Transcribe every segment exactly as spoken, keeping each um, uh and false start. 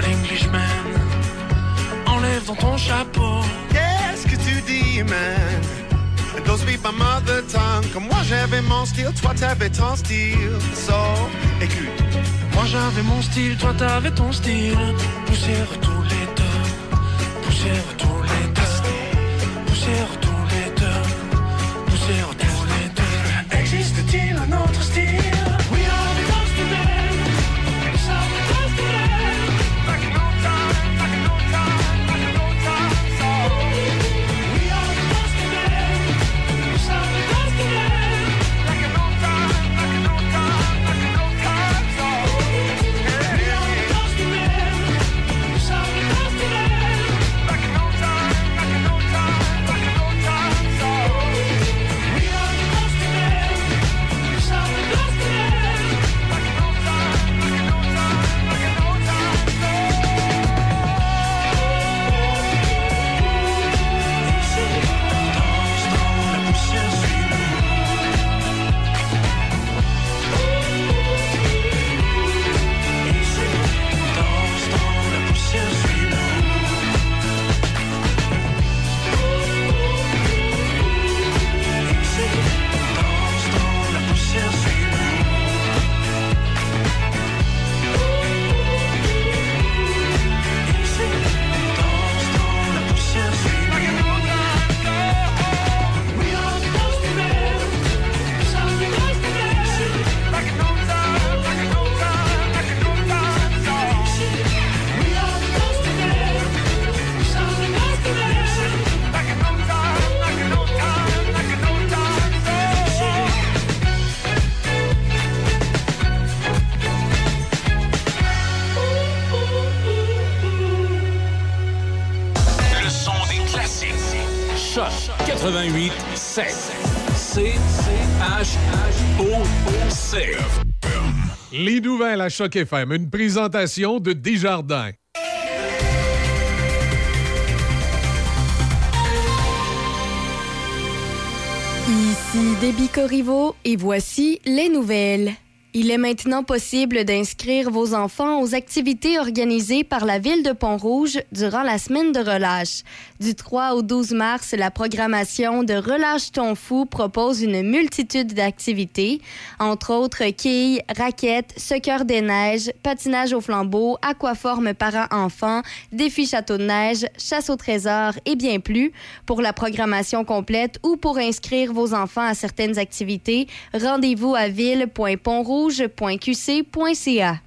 Englishman, enlève dans ton chapeau. Qu'est-ce que tu dis, man? Don't speak my mother tongue. Comme moi j'avais mon style, toi t'avais ton style. So, écoute. Moi j'avais mon style, toi t'avais ton style. Poussière tous les deux, poussière tous les deux, poussière tous les deux, poussière tous les deux. Existe-t-il un autre style? We are the Dusty Men, we are the Dusty Men. Back in old time, back in old time, back in old time. So we are the Dusty Men, we are the Dusty Men. Back in old time, back in old time, back in old time. So we are the Dusty Men, we are the Dusty Men. Back in old time, back in old time, back in old time. So we are the Dusty Men, we are the Dusty Men. Back in old time, back in old time, back in old time. Danse dans la poussière, suis-nous. Danse dans la poussière, suis-nous. Danse dans la poussière, suis-nous. Danse dans la poussière, suis-nous. We are the Dusty Men, we are the Dusty Men. Back in old time, back in old time, back in old time. So we are the Dusty Men, we are the Dusty Men. Back in old time, back in old time, back in old time. Le son des classiques. Choc quatre-vingt-huit sept. C H O C. Les nouvelles à Choc F M, une présentation de Desjardins. Ici Déby Corriveau et voici les nouvelles. Il est maintenant possible d'inscrire vos enfants aux activités organisées par la Ville de Pont-Rouge durant la semaine de relâche. Du trois au douze mars, la programmation de Relâche ton fou propose une multitude d'activités, entre autres quilles, raquettes, soccer des neiges, patinage au flambeau, aquaforme parents-enfants, défi château de neige, chasse au trésor et bien plus. Pour la programmation complète ou pour inscrire vos enfants à certaines activités, rendez-vous à ville point pont rouge point q c point c a.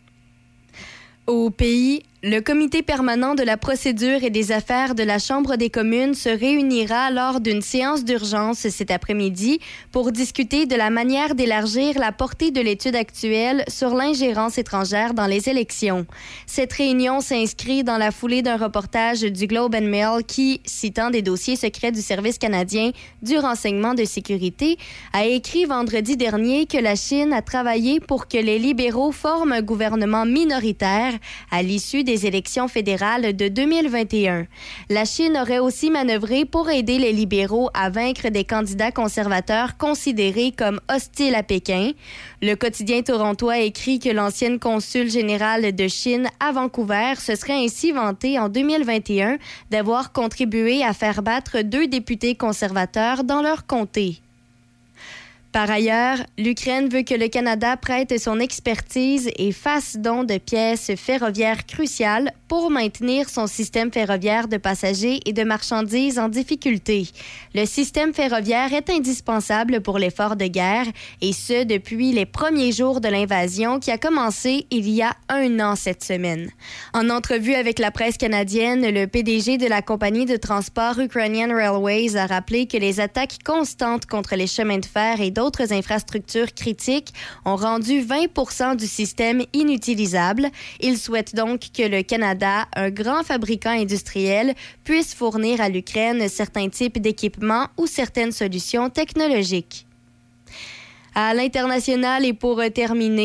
Au pays, le comité permanent de la procédure et des affaires de la Chambre des communes se réunira lors d'une séance d'urgence cet après-midi pour discuter de la manière d'élargir la portée de l'étude actuelle sur l'ingérence étrangère dans les élections. Cette réunion s'inscrit dans la foulée d'un reportage du Globe and Mail qui, citant des dossiers secrets du Service canadien du renseignement de sécurité, a écrit vendredi dernier que la Chine a travaillé pour que les libéraux forment un gouvernement minoritaire à l'issue des des élections fédérales de deux mille vingt et un. La Chine aurait aussi manœuvré pour aider les libéraux à vaincre des candidats conservateurs considérés comme hostiles à Pékin. Le quotidien torontois écrit que l'ancienne consul générale de Chine à Vancouver se serait ainsi vantée en deux mille vingt et un d'avoir contribué à faire battre deux députés conservateurs dans leur comté. Par ailleurs, l'Ukraine veut que le Canada prête son expertise et fasse don de pièces ferroviaires cruciales pour maintenir son système ferroviaire de passagers et de marchandises en difficulté. Le système ferroviaire est indispensable pour l'effort de guerre, et ce depuis les premiers jours de l'invasion qui a commencé il y a un an cette semaine. En entrevue avec la presse canadienne, le P D G de la compagnie de transport Ukrainian Railways a rappelé que les attaques constantes contre les chemins de fer et d'autres infrastructures critiques ont rendu vingt pour cent du système inutilisable. Il souhaite donc que le Canada, un grand fabricant industriel, puisse fournir à l'Ukraine certains types d'équipements ou certaines solutions technologiques. À l'international et pour terminer,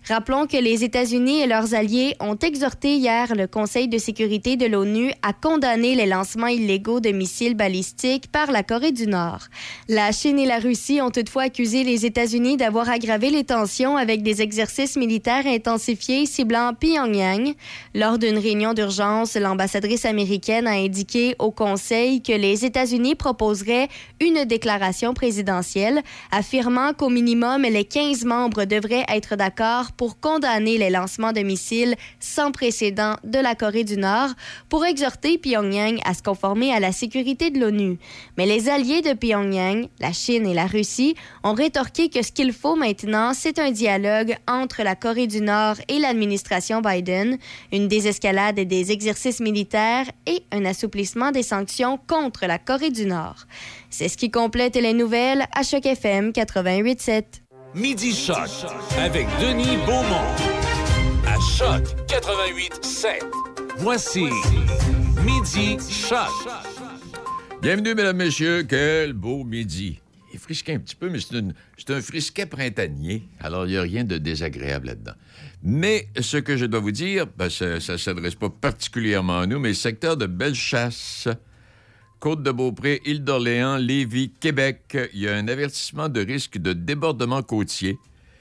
Rappelons que les États-Unis et leurs alliés ont exhorté hier le Conseil de sécurité de l'ONU à condamner les lancements illégaux de missiles balistiques par la Corée du Nord. La Chine et la Russie ont toutefois accusé les États-Unis d'avoir aggravé les tensions avec des exercices militaires intensifiés ciblant Pyongyang. Lors d'une réunion d'urgence, l'ambassadrice américaine a indiqué au Conseil que les États-Unis proposeraient une déclaration présidentielle affirmant qu'au minimum, les quinze membres devraient être d'accord pour condamner les lancements de missiles sans précédent de la Corée du Nord pour exhorter Pyongyang à se conformer à la sécurité de l'ONU. Mais les alliés de Pyongyang, la Chine et la Russie, ont rétorqué que ce qu'il faut maintenant, c'est un dialogue entre la Corée du Nord et l'administration Biden, une désescalade des exercices militaires et un assouplissement des sanctions contre la Corée du Nord. C'est ce qui complète les nouvelles à Choc F M quatre-vingt-huit sept. Midi Choc avec Denis Beaumont à Choc quatre-vingt-huit sept. Voici Midi Choc. Bienvenue, mesdames, messieurs. Quel beau midi. Il est frisqué un petit peu, mais c'est, une, c'est un frisquet printanier. Alors, il n'y a rien de désagréable là-dedans. Mais ce que je dois vous dire, ben, ça ne s'adresse pas particulièrement à nous, mais le secteur de Bellechasse, Côte-de-Beaupré, Île-d'Orléans, Lévis, Québec, il y a un avertissement de risque de débordement côtier.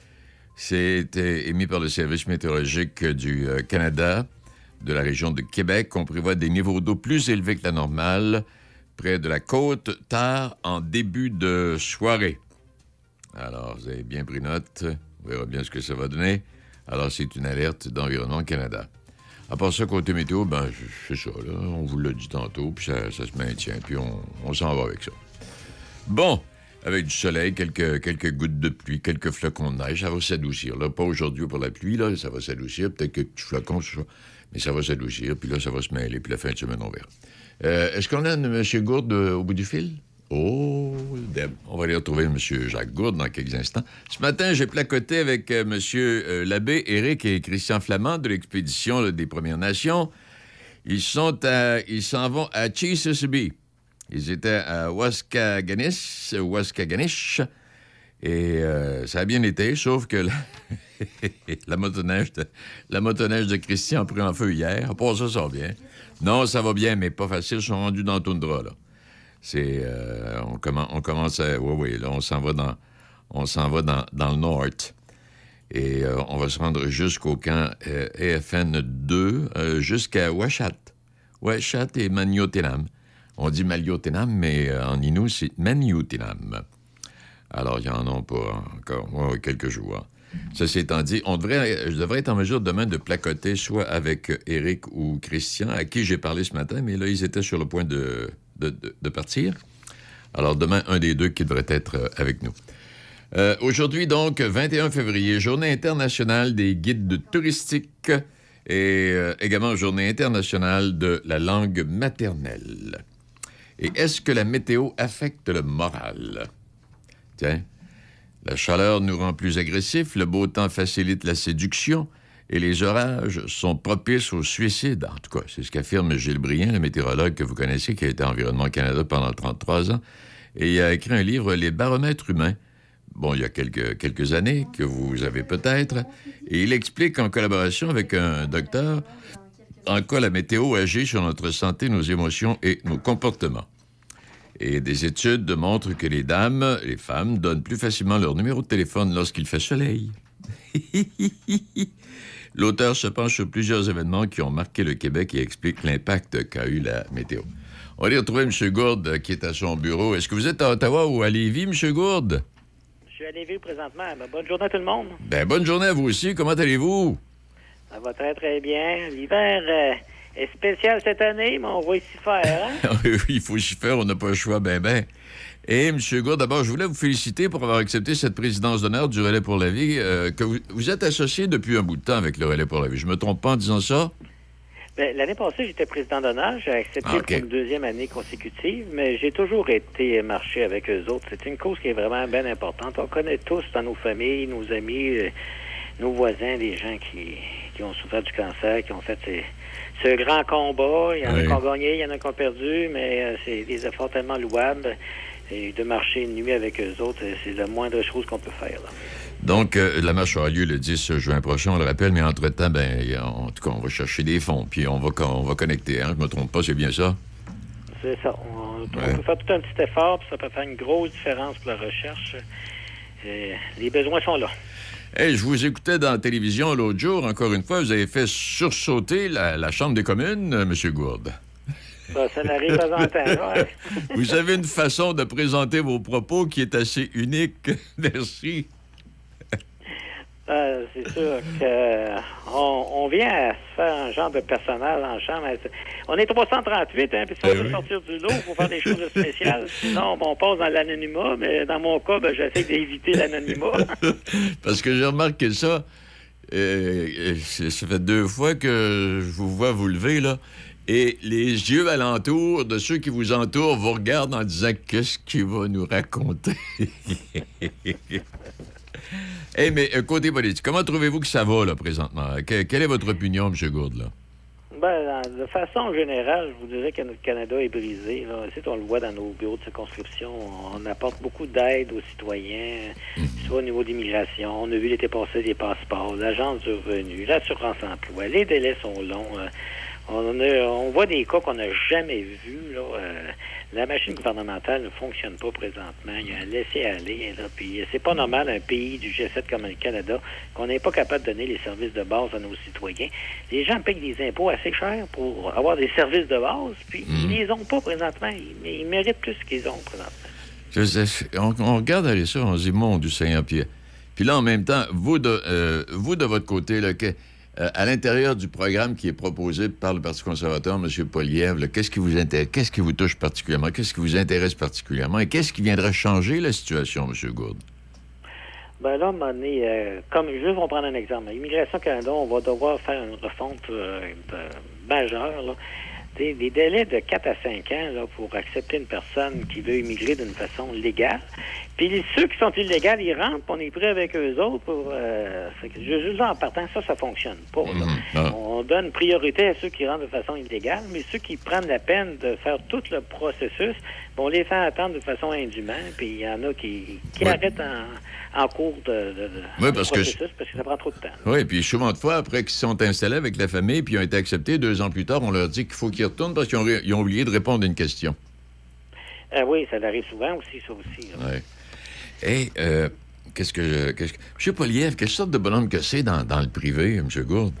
C'est émis par le Service météorologique du Canada, de la région de Québec. On prévoit des niveaux d'eau plus élevés que la normale près de la côte tard en début de soirée. Alors, vous avez bien pris note. On verra bien ce que ça va donner. Alors, c'est une alerte d'Environnement Canada. À part ça, côté météo, ben, c'est ça, là. On vous l'a dit tantôt, puis ça, ça se maintient, puis on, on s'en va avec ça. Bon, avec du soleil, quelques, quelques gouttes de pluie, quelques flocons de neige, ça va s'adoucir, là. Pas aujourd'hui pour la pluie, là, ça va s'adoucir, peut-être quelques petits flocons, ça, mais ça va s'adoucir, puis là, ça va se mêler, puis la fin de semaine, on verra. Euh, est-ce qu'on a M. Gourde euh, au bout du fil? Oh, Deb. On va aller retrouver M. Jacques Gourde dans quelques instants. Ce matin, j'ai placoté avec euh, M. Euh, l'abbé Éric et Christian Flamand de l'expédition là, des Premières Nations. Ils sont à, ils s'en vont à Chesapeake. Ils étaient à Waskaganish, Waskaganish et euh, ça a bien été, sauf que la, la, motoneige de, la motoneige de Christian a pris en feu hier. Pour ça, ça va bien. Non, ça va bien, mais pas facile. Ils sont rendus dans le toundra, là. C'est, euh, on, comm- on commence à... Oui, oui, là, on s'en va dans, on s'en va dans, dans le nord. Et euh, on va se rendre jusqu'au camp euh, A F N deux, euh, jusqu'à Ouachat. Ouachat et Maniotenam. On dit Maliotenam, mais euh, en Innu, c'est Maniotenam. Alors, il y en a pas encore. Ouais, quelques jours. Ceci étant dit, on devrait, je devrais être en mesure demain de placoter soit avec Éric ou Christian, à qui j'ai parlé ce matin, mais là, ils étaient sur le point de... De, de, de partir. Alors, demain, un des deux qui devrait être euh, avec nous. Euh, aujourd'hui, donc, vingt et un février, Journée internationale des guides touristiques et euh, également Journée internationale de la langue maternelle. Et est-ce que la météo affecte le moral? Tiens, la chaleur nous rend plus agressifs, le beau temps facilite la séduction, et les orages sont propices au suicide. En tout cas, c'est ce qu'affirme Gilles Brien, le météorologue que vous connaissez, qui a été à Environnement Canada pendant trente-trois ans. Et il a écrit un livre, Les baromètres humains. Bon, il y a quelques, quelques années, que vous avez peut-être. Et il explique en collaboration avec un docteur en quoi la météo agit sur notre santé, nos émotions et nos comportements. Et des études montrent que les dames, les femmes, donnent plus facilement leur numéro de téléphone lorsqu'il fait soleil. L'auteur se penche sur plusieurs événements qui ont marqué le Québec et explique l'impact qu'a eu la météo. On va aller retrouver M. Gourde qui est à son bureau. Est-ce que vous êtes à Ottawa ou à Lévis, M. Gourde? Je suis à Lévis présentement. Ben, bonne journée à tout le monde. Ben, bonne journée à vous aussi. Comment allez-vous? Ça va très, très bien. L'hiver euh, est spécial cette année, mais on va y s'y faire. Hein? Oui, il faut s'y faire. On n'a pas le choix, ben, ben. Et M. Gourde, d'abord, je voulais vous féliciter pour avoir accepté cette présidence d'honneur du Relais pour la vie, euh, que vous, vous êtes associé depuis un bout de temps avec le Relais pour la vie. Je me trompe pas en disant ça? Bien, l'année passée, j'étais président d'honneur. J'ai accepté ah, okay. pour une deuxième année consécutive, mais j'ai toujours été marché avec eux autres. C'est une cause qui est vraiment bien importante. On connaît tous dans nos familles, nos amis, euh, nos voisins, des gens qui, qui ont souffert du cancer, qui ont fait ces, ce grand combat. Il y en oui. a qui ont gagné, il y en a qui ont perdu, mais euh, c'est des efforts tellement louables. Et de marcher une nuit avec eux autres, c'est la moindre chose qu'on peut faire. Là. Donc, euh, la marche aura lieu le dix juin prochain, on le rappelle, mais entre-temps, ben, en tout cas, on va chercher des fonds, puis on va, on va connecter, hein, je me trompe pas, c'est bien ça? C'est ça. On, on Ouais. peut faire tout un petit effort, puis ça peut faire une grosse différence pour la recherche. Euh, les besoins sont là. Hey, je vous écoutais dans la télévision l'autre jour, encore une fois, vous avez fait sursauter la, la Chambre des communes, euh, M. Gourde. Ça, ça n'arrive pas en temps, ouais. Vous avez une façon de présenter vos propos qui est assez unique. Merci. Euh, c'est sûr qu'on on vient à se faire un genre de personnage en chambre. On est trois cent trente-huit, hein, puis si on Eh veut oui. sortir du lot, il faut faire des choses spéciales. Sinon, on passe dans l'anonymat, mais dans mon cas, ben, j'essaie d'éviter l'anonymat. Parce que j'ai remarqué ça. Euh, euh, ça fait deux fois que je vous vois vous lever, là. Et les yeux alentour de ceux qui vous entourent vous regardent en disant « Qu'est-ce qu'il va nous raconter? » Hey, mais euh, côté politique, comment trouvez-vous que ça va, là, présentement? Que- quelle est votre opinion, M. Gourde, là? Ben, de façon générale, je vous dirais que notre Canada est brisé. Là. Ici, on le voit dans nos bureaux de circonscription. On apporte beaucoup d'aide aux citoyens, soit au niveau d'immigration. On a vu l'été passé des passeports, l'agence du revenu, l'assurance-emploi. Les délais sont longs. Euh, On, a, on voit des cas qu'on n'a jamais vus. Là. Euh, la machine gouvernementale ne fonctionne pas présentement. Il y a un laisser-aller. Là, puis c'est pas normal, un pays du G sept comme le Canada, qu'on n'est pas capable de donner les services de base à nos citoyens. Les gens payent des impôts assez chers pour avoir des services de base, puis ils les ont pas présentement. Ils, ils méritent plus qu'ils ont présentement. Je sais, on, on regarde aller ça, on se dit, mon Dieu Seigneur, puis, puis là, en même temps, vous de, euh, vous de votre côté, là, que, euh, à l'intérieur du programme qui est proposé par le Parti conservateur, M. Poilievre, là, qu'est-ce qui vous intéresse, qu'est-ce qui vous touche particulièrement, qu'est-ce qui vous intéresse particulièrement, et qu'est-ce qui viendra changer la situation, M. Gourde? Ben là, à un moment donné, euh, comme juste, on va prendre un exemple. Immigration Canada, on va devoir faire une refonte euh, de- majeure, là. Des, des délais de quatre à cinq ans là, pour accepter une personne qui veut immigrer d'une façon légale. Puis ceux qui sont illégaux, ils rentrent, puis on est prêt avec eux autres pour... Euh, fait que juste là, en partant, ça, ça fonctionne pas. Là. Mhm. Ah. On donne priorité à ceux qui rentrent de façon illégale, mais ceux qui prennent la peine de faire tout le processus, bon, on les fait attendre de façon indhumaine, puis il y en a qui, qui Ouais. arrêtent en, en cours de, de, de Oui, du parce que processus parce que ça prend trop de temps. Oui, puis souvent de fois, après qu'ils sont installés avec la famille, puis ils ont été acceptés, deux ans plus tard, on leur dit qu'il faut qu'ils retournent parce qu'ils ont, ré- ils ont oublié de répondre à une question. Euh, oui, ça arrive souvent aussi, ça aussi. là. Ouais. Et euh, qu'est-ce que... je- Qu'est-ce que... M. Poilievre, quelle sorte de bonhomme que c'est dans, dans le privé, M. Gourde?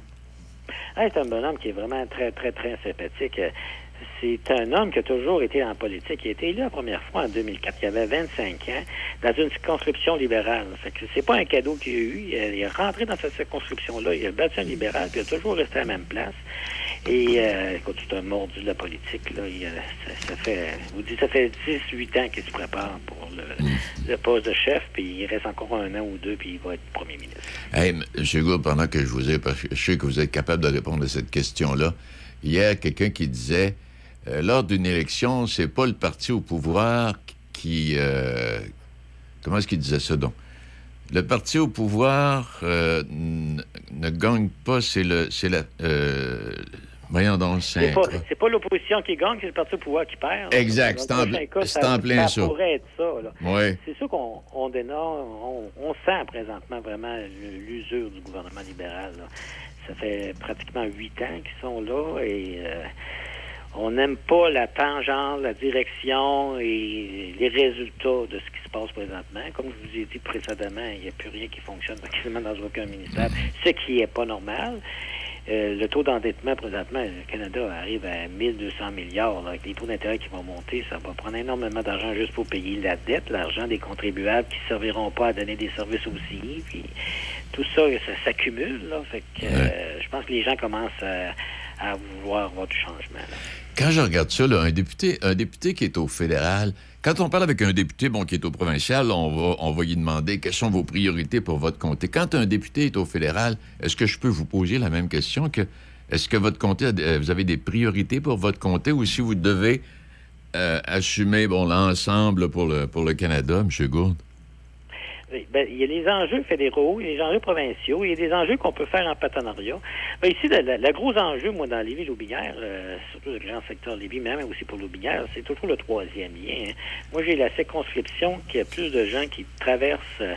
Ah, c'est un bonhomme qui est vraiment très, très, très sympathique. Euh, C'est un homme qui a toujours été en politique. Il a été élu la première fois en deux mille quatre. Il avait vingt-cinq ans dans une circonscription libérale. Fait que c'est pas un cadeau qu'il a eu. Il est rentré dans cette circonscription-là. Il a battu un libéral, puis il a toujours resté à la même place. Et, euh, écoute, c'est un mordu de la politique, là. Il, euh, ça, ça fait, je vous dis, ça fait dix-huit ans qu'il se prépare pour le, le poste de chef, puis il reste encore un an ou deux, puis il va être premier ministre. Hey, M. Gourde, pendant que je vous ai, parce que je sais que vous êtes capable de répondre à cette question-là, hier, quelqu'un qui disait, euh, lors d'une élection, c'est pas le parti au pouvoir qui... euh, comment est-ce qu'il disait ça, donc? Le parti au pouvoir euh, n- ne gagne pas, c'est le... c'est la... Euh, voyons donc, C'est c'est... pas, c'est pas l'opposition qui gagne, c'est le Parti au pouvoir qui perd. Exact, Dans c'est le en- prochain cas, c'est en plein ça. Ça pourrait être ça, là. Oui. C'est sûr qu'on on dénonce, on, on sent présentement vraiment l'usure du gouvernement libéral, là. Ça fait pratiquement huit ans qu'ils sont là et euh, on n'aime pas la tangente, la direction et les résultats de ce qui se passe présentement. Comme je vous ai dit précédemment, il n'y a plus rien qui fonctionne quasiment dans aucun ministère, ce qui n'est pas normal. Euh, le taux d'endettement, présentement, le Canada arrive à mille deux cents milliards. Là, avec les taux d'intérêt qui vont monter, ça va prendre énormément d'argent juste pour payer la dette, l'argent des contribuables qui ne serviront pas à donner des services aussi. Puis tout ça, ça s'accumule. Là, fait que, euh, Ouais. je pense que les gens commencent à, à vouloir avoir du changement. Là. Quand je regarde ça, là, un député, un député qui est au fédéral, quand on parle avec un député bon, qui est au provincial, on va, on va lui demander quelles sont vos priorités pour votre comté. Quand un député est au fédéral, est-ce que je peux vous poser la même question que est-ce que votre comté, a, euh, vous avez des priorités pour votre comté ou si vous devez euh, assumer bon, l'ensemble pour le, pour le Canada, M. Gourde? Oui, ben, il y a les enjeux fédéraux, il y a les enjeux provinciaux, il y a des enjeux qu'on peut faire en partenariat. Ben, ici, le, le- le gros enjeu, moi, dans Lévis-Loubinière, euh, surtout le grand secteur Lévis, mais même aussi pour Loubinière, c'est toujours le troisième lien. Hein. Moi, j'ai la circonscription qui a plus de gens qui traversent euh,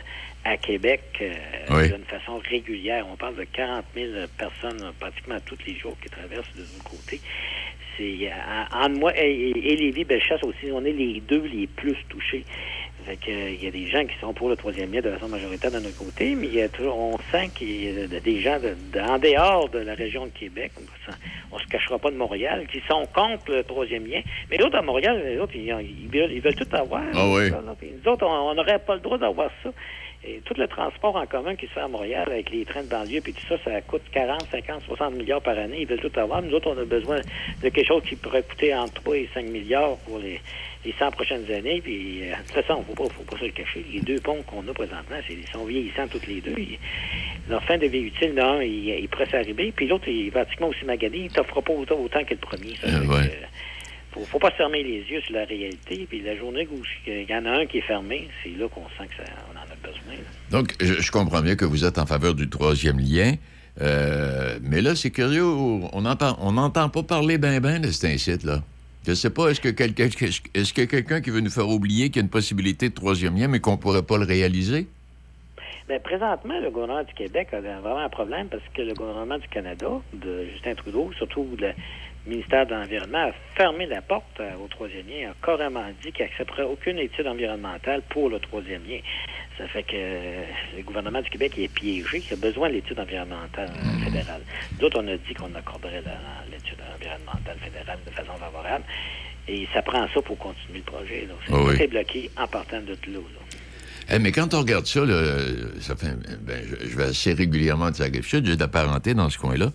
à Québec euh, oui. d'une façon régulière. On parle de quarante mille personnes euh, pratiquement tous les jours qui traversent de l'autre côté. C'est en moi et, et, et Lévis-Bellechasse aussi, on est les deux les plus touchés. Fait que, euh, il y a des gens qui sont pour le troisième lien de façon majoritaire de notre côté, mais il y a toujours, on sent qu'il y a des gens de, de, en dehors de la région de Québec, on, on se cachera pas de Montréal, qui sont contre le troisième lien. Mais l'autre à Montréal, les autres, ils, ils, veulent, ils veulent tout avoir. Ah oui. Ça, nous autres, on n'aurait pas le droit d'avoir ça. Et tout le transport en commun qui se fait à Montréal avec les trains de banlieue puis tout ça, ça coûte quarante, cinquante, soixante milliards par année. Ils veulent tout avoir. Nous autres, on a besoin de quelque chose qui pourrait coûter entre trois et cinq milliards pour les, les cent prochaines années. Puis, euh, de toute façon, il ne faut pas, faut pas se le cacher. Les deux ponts qu'on a présentement, c'est, ils sont vieillissants tous les deux. Ils, leur fin de vie utile, l'un, il, il pourrait s'arriver. Puis l'autre, il est pratiquement aussi magané. Il ne t'offre pas autant, autant que le premier. Ça, euh, ouais. Faut, faut pas se fermer les yeux sur la réalité. Puis la journée où il y en a un qui est fermé, c'est là qu'on sent que ça, on en a besoin. Là. Donc, je, je comprends bien que vous êtes en faveur du troisième lien. Euh, mais là, c'est curieux, on n'entend on n'entend pas parler ben ben de cet incite-là. Je sais pas, est-ce que quelqu'un est-ce qu'il y a quelqu'un qui veut nous faire oublier qu'il y a une possibilité de troisième lien, mais qu'on pourrait pas le réaliser? Bien, présentement, le gouvernement du Québec a vraiment un problème parce que le gouvernement du Canada, de Justin Trudeau, surtout le ministère de l'Environnement, a fermé la porte au troisième lien, a carrément dit qu'il n'accepterait aucune étude environnementale pour le troisième lien. Ça fait que le gouvernement du Québec est piégé, il a besoin de l'étude environnementale fédérale. D'autres, on a dit qu'on accorderait la, l'étude environnementale fédérale de façon favorable. Et ça prend ça pour continuer le projet. Donc, c'est oh oui. bloqué en partant de tout l'eau. Hey, mais quand on regarde ça, là, ça fait, ben, je, je vais assez régulièrement de Rive-Sud, j'ai de la parenté dans ce coin-là.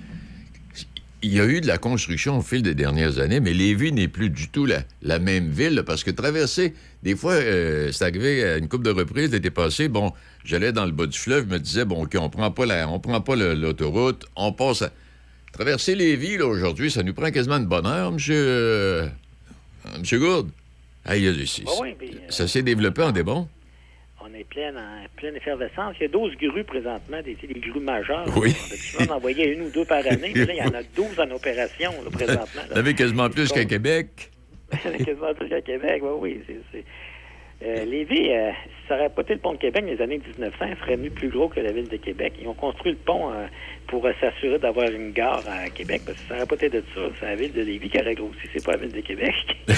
Il y a eu de la construction au fil des dernières années, mais Lévis n'est plus du tout la, la même ville, là, parce que traverser, des fois, euh, c'est arrivé à une couple de reprises l'été passé, bon, j'allais dans le bas du fleuve, je me disais, bon, OK, on prend pas la, on prend pas le, l'autoroute, on passe à... Traverser Lévis, là, aujourd'hui, ça nous prend quasiment une bonne heure, monsieur... Euh, monsieur Gourde. Hey, ici, oh oui, puis, ça euh, s'est développé en débon. On est plein en pleine effervescence. Il y a douze grues présentement, des, des grues majeures. Oui. On en envoyait une ou deux par année. Mais là, il y en a douze en opération là, présentement. Vous avez quasiment plus qu'à Québec. Quasiment plus qu'à Québec, oui, oui. C'est, c'est... Euh, Lévis, euh, si ça n'aurait pas été le pont de Québec dans les années dix-neuf cents, il serait mieux plus gros que la ville de Québec. Ils ont construit le pont euh, pour euh, s'assurer d'avoir une gare à Québec, parce que si ça n'aurait pas été de ça, c'est la ville de Lévis qui aurait grossi, c'est pas la ville de Québec.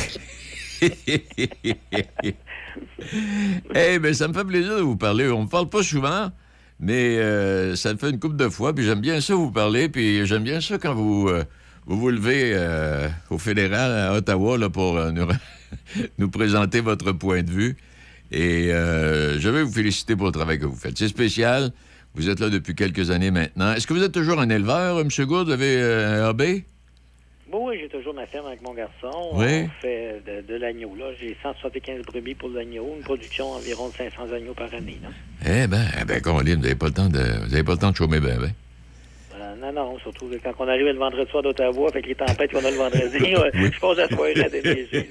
Eh hey, ben ça me fait plaisir de vous parler. On me parle pas souvent, mais euh, ça me fait une couple de fois, puis j'aime bien ça vous parler, puis j'aime bien ça quand vous euh, vous, vous levez euh, au fédéral à Ottawa là, pour euh, nous, nous présenter votre point de vue. Et euh, je vais vous féliciter pour le travail que vous faites. C'est spécial. Vous êtes là depuis quelques années maintenant. Est-ce que vous êtes toujours un éleveur, M. Gourde? Vous avez euh, un A B? Oui, j'ai toujours ma ferme avec mon garçon. Oui. On fait de, de l'agneau. Là, j'ai cent soixante-quinze brebis pour l'agneau, une production environ de cinq cents agneaux par année. Là. Eh bien, eh ben, Caroline, vous n'avez pas le temps de, vous n'avez pas le temps de chômer ben, ben. Euh, non, non, surtout quand on arrive le vendredi soir d'Ottawa, avec les tempêtes qu'on a le vendredi, oui. Je pose la soirée à déneiger.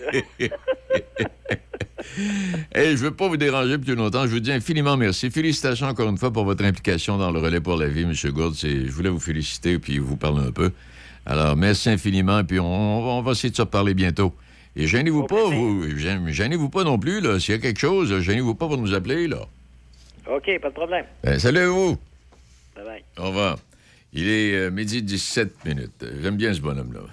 Hey, je ne veux pas vous déranger plus longtemps. Je vous dis infiniment merci. Félicitations encore une fois pour votre implication dans le Relais pour la vie, M. Gourde. C'est, je voulais vous féliciter et vous parler un peu. Alors, merci infiniment, et puis on, on va essayer de se reparler bientôt. Et gênez-vous pas, vous, gênez-vous pas non plus, là. S'il y a quelque chose, gênez-vous pas pour nous appeler, là. OK, pas de problème. Ben, salut à vous. Bye-bye. Au revoir. Il est euh, midi dix-sept minutes. J'aime bien ce bonhomme-là.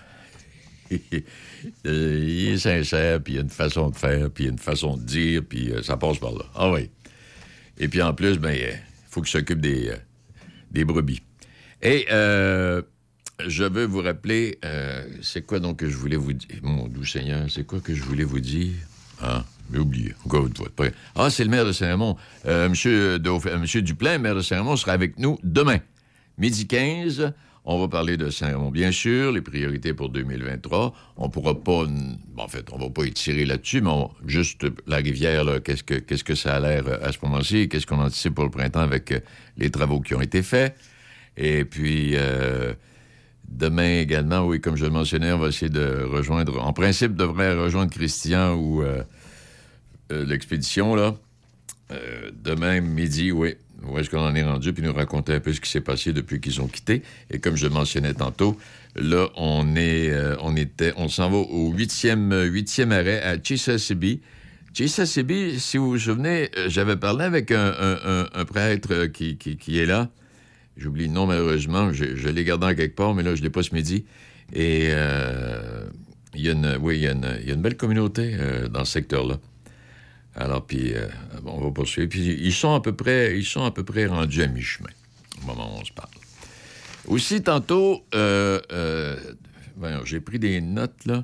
Il est sincère, puis il a une façon de faire, puis il a une façon de dire, puis euh, ça passe par là. Ah oui. Et puis en plus, ben, il faut qu'il s'occupe des, euh, des brebis. Et, euh... je veux vous rappeler, euh, c'est quoi donc que je voulais vous dire? Mon doux Seigneur, c'est quoi que je voulais vous dire? Ah, j'ai oublié. Encore une fois. Ah, c'est le maire de Saint-Raymond. Euh, Monsieur, Dauph- euh, Monsieur Duplain, maire de Saint-Raymond, sera avec nous demain. Midi quinze, on va parler de Saint-Raymond, bien sûr, les priorités pour deux mille vingt-trois. On pourra pas... En fait, on va pas étirer là-dessus, mais on, juste la rivière, là, qu'est-ce que, qu'est-ce que ça a l'air à ce moment-ci? Qu'est-ce qu'on anticipe pour le printemps avec euh, les travaux qui ont été faits? Et puis... Euh, Demain également, oui, comme je le mentionnais, on va essayer de rejoindre... En principe, devrait rejoindre Christian ou euh, euh, l'expédition, là. Euh, demain, midi, oui. Où est-ce qu'on en est rendu? Puis nous raconter un peu ce qui s'est passé depuis qu'ils ont quitté. Et comme je le mentionnais tantôt, là, on est, euh, on était, on s'en va au huitième, huitième arrêt à Chisasibi, J C B, si vous vous souvenez, j'avais parlé avec un, un, un, un prêtre qui, qui, qui est là. J'oublie le nom, malheureusement. Je, je l'ai gardé en quelque part, mais là, je ne l'ai pas ce midi. Et euh, il y a une, oui, il y a une, il y a une belle communauté euh, dans ce secteur-là. Alors, puis, euh, bon, on va poursuivre. Puis, ils sont à peu près, ils sont à peu près rendus à mi-chemin, au moment où on se parle. Aussi, tantôt, euh, euh, voyons, j'ai pris des notes, là.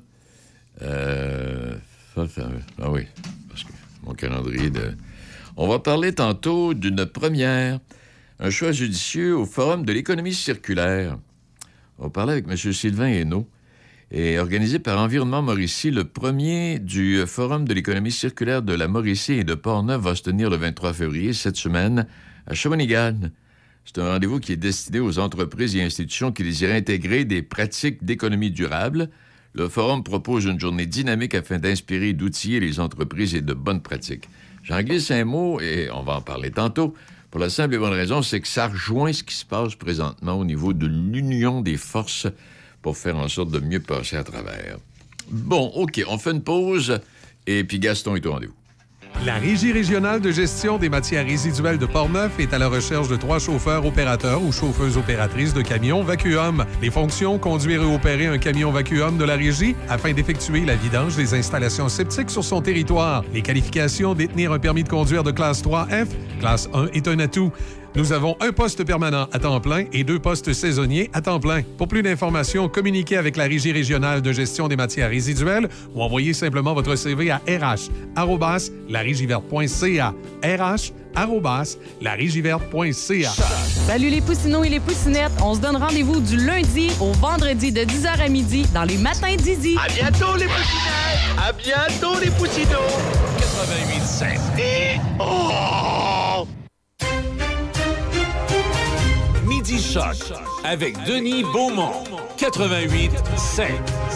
Euh, ça, ça, ah oui, parce que mon calendrier de... On va parler tantôt d'une première, un choix judicieux au Forum de l'économie circulaire. On va parler avec M. Sylvain Hainaut, et organisé par Environnement Mauricie, le premier du Forum de l'économie circulaire de la Mauricie et de Portneuf va se tenir le vingt-trois février, cette semaine, à Shawinigan. C'est un rendez-vous qui est destiné aux entreprises et institutions qui désirent intégrer des pratiques d'économie durable. Le Forum propose une journée dynamique afin d'inspirer et d'outiller les entreprises et de bonnes pratiques. J'en glisse un mot, et on va en parler tantôt. Pour la simple et bonne raison, c'est que ça rejoint ce qui se passe présentement au niveau de l'union des forces pour faire en sorte de mieux passer à travers. Bon, OK, on fait une pause, et puis Gaston est au rendez-vous. La Régie régionale de gestion des matières résiduelles de Portneuf est à la recherche de trois chauffeurs opérateurs ou chauffeuses opératrices de camions vacuum. Les fonctions, conduire et opérer un camion vacuum de la Régie afin d'effectuer la vidange des installations septiques sur son territoire. Les qualifications, détenir un permis de conduire de classe trois F, classe un est un atout. Nous avons un poste permanent à temps plein et deux postes saisonniers à temps plein. Pour plus d'informations, communiquez avec la Régie régionale de gestion des matières résiduelles ou envoyez simplement votre C V à r h arobase la régie verte point c a. r h arobase la régie verte point c a. Salut les poussinots et les poussinettes. On se donne rendez-vous du lundi au vendredi de dix heures à midi dans les matins d'Izzy. À bientôt les poussinettes! À bientôt les poussinots! quatre-vingt-huit sept. Et... Oh! Midi Choc avec Denis Beaumont. quatre-vingt-huit sept.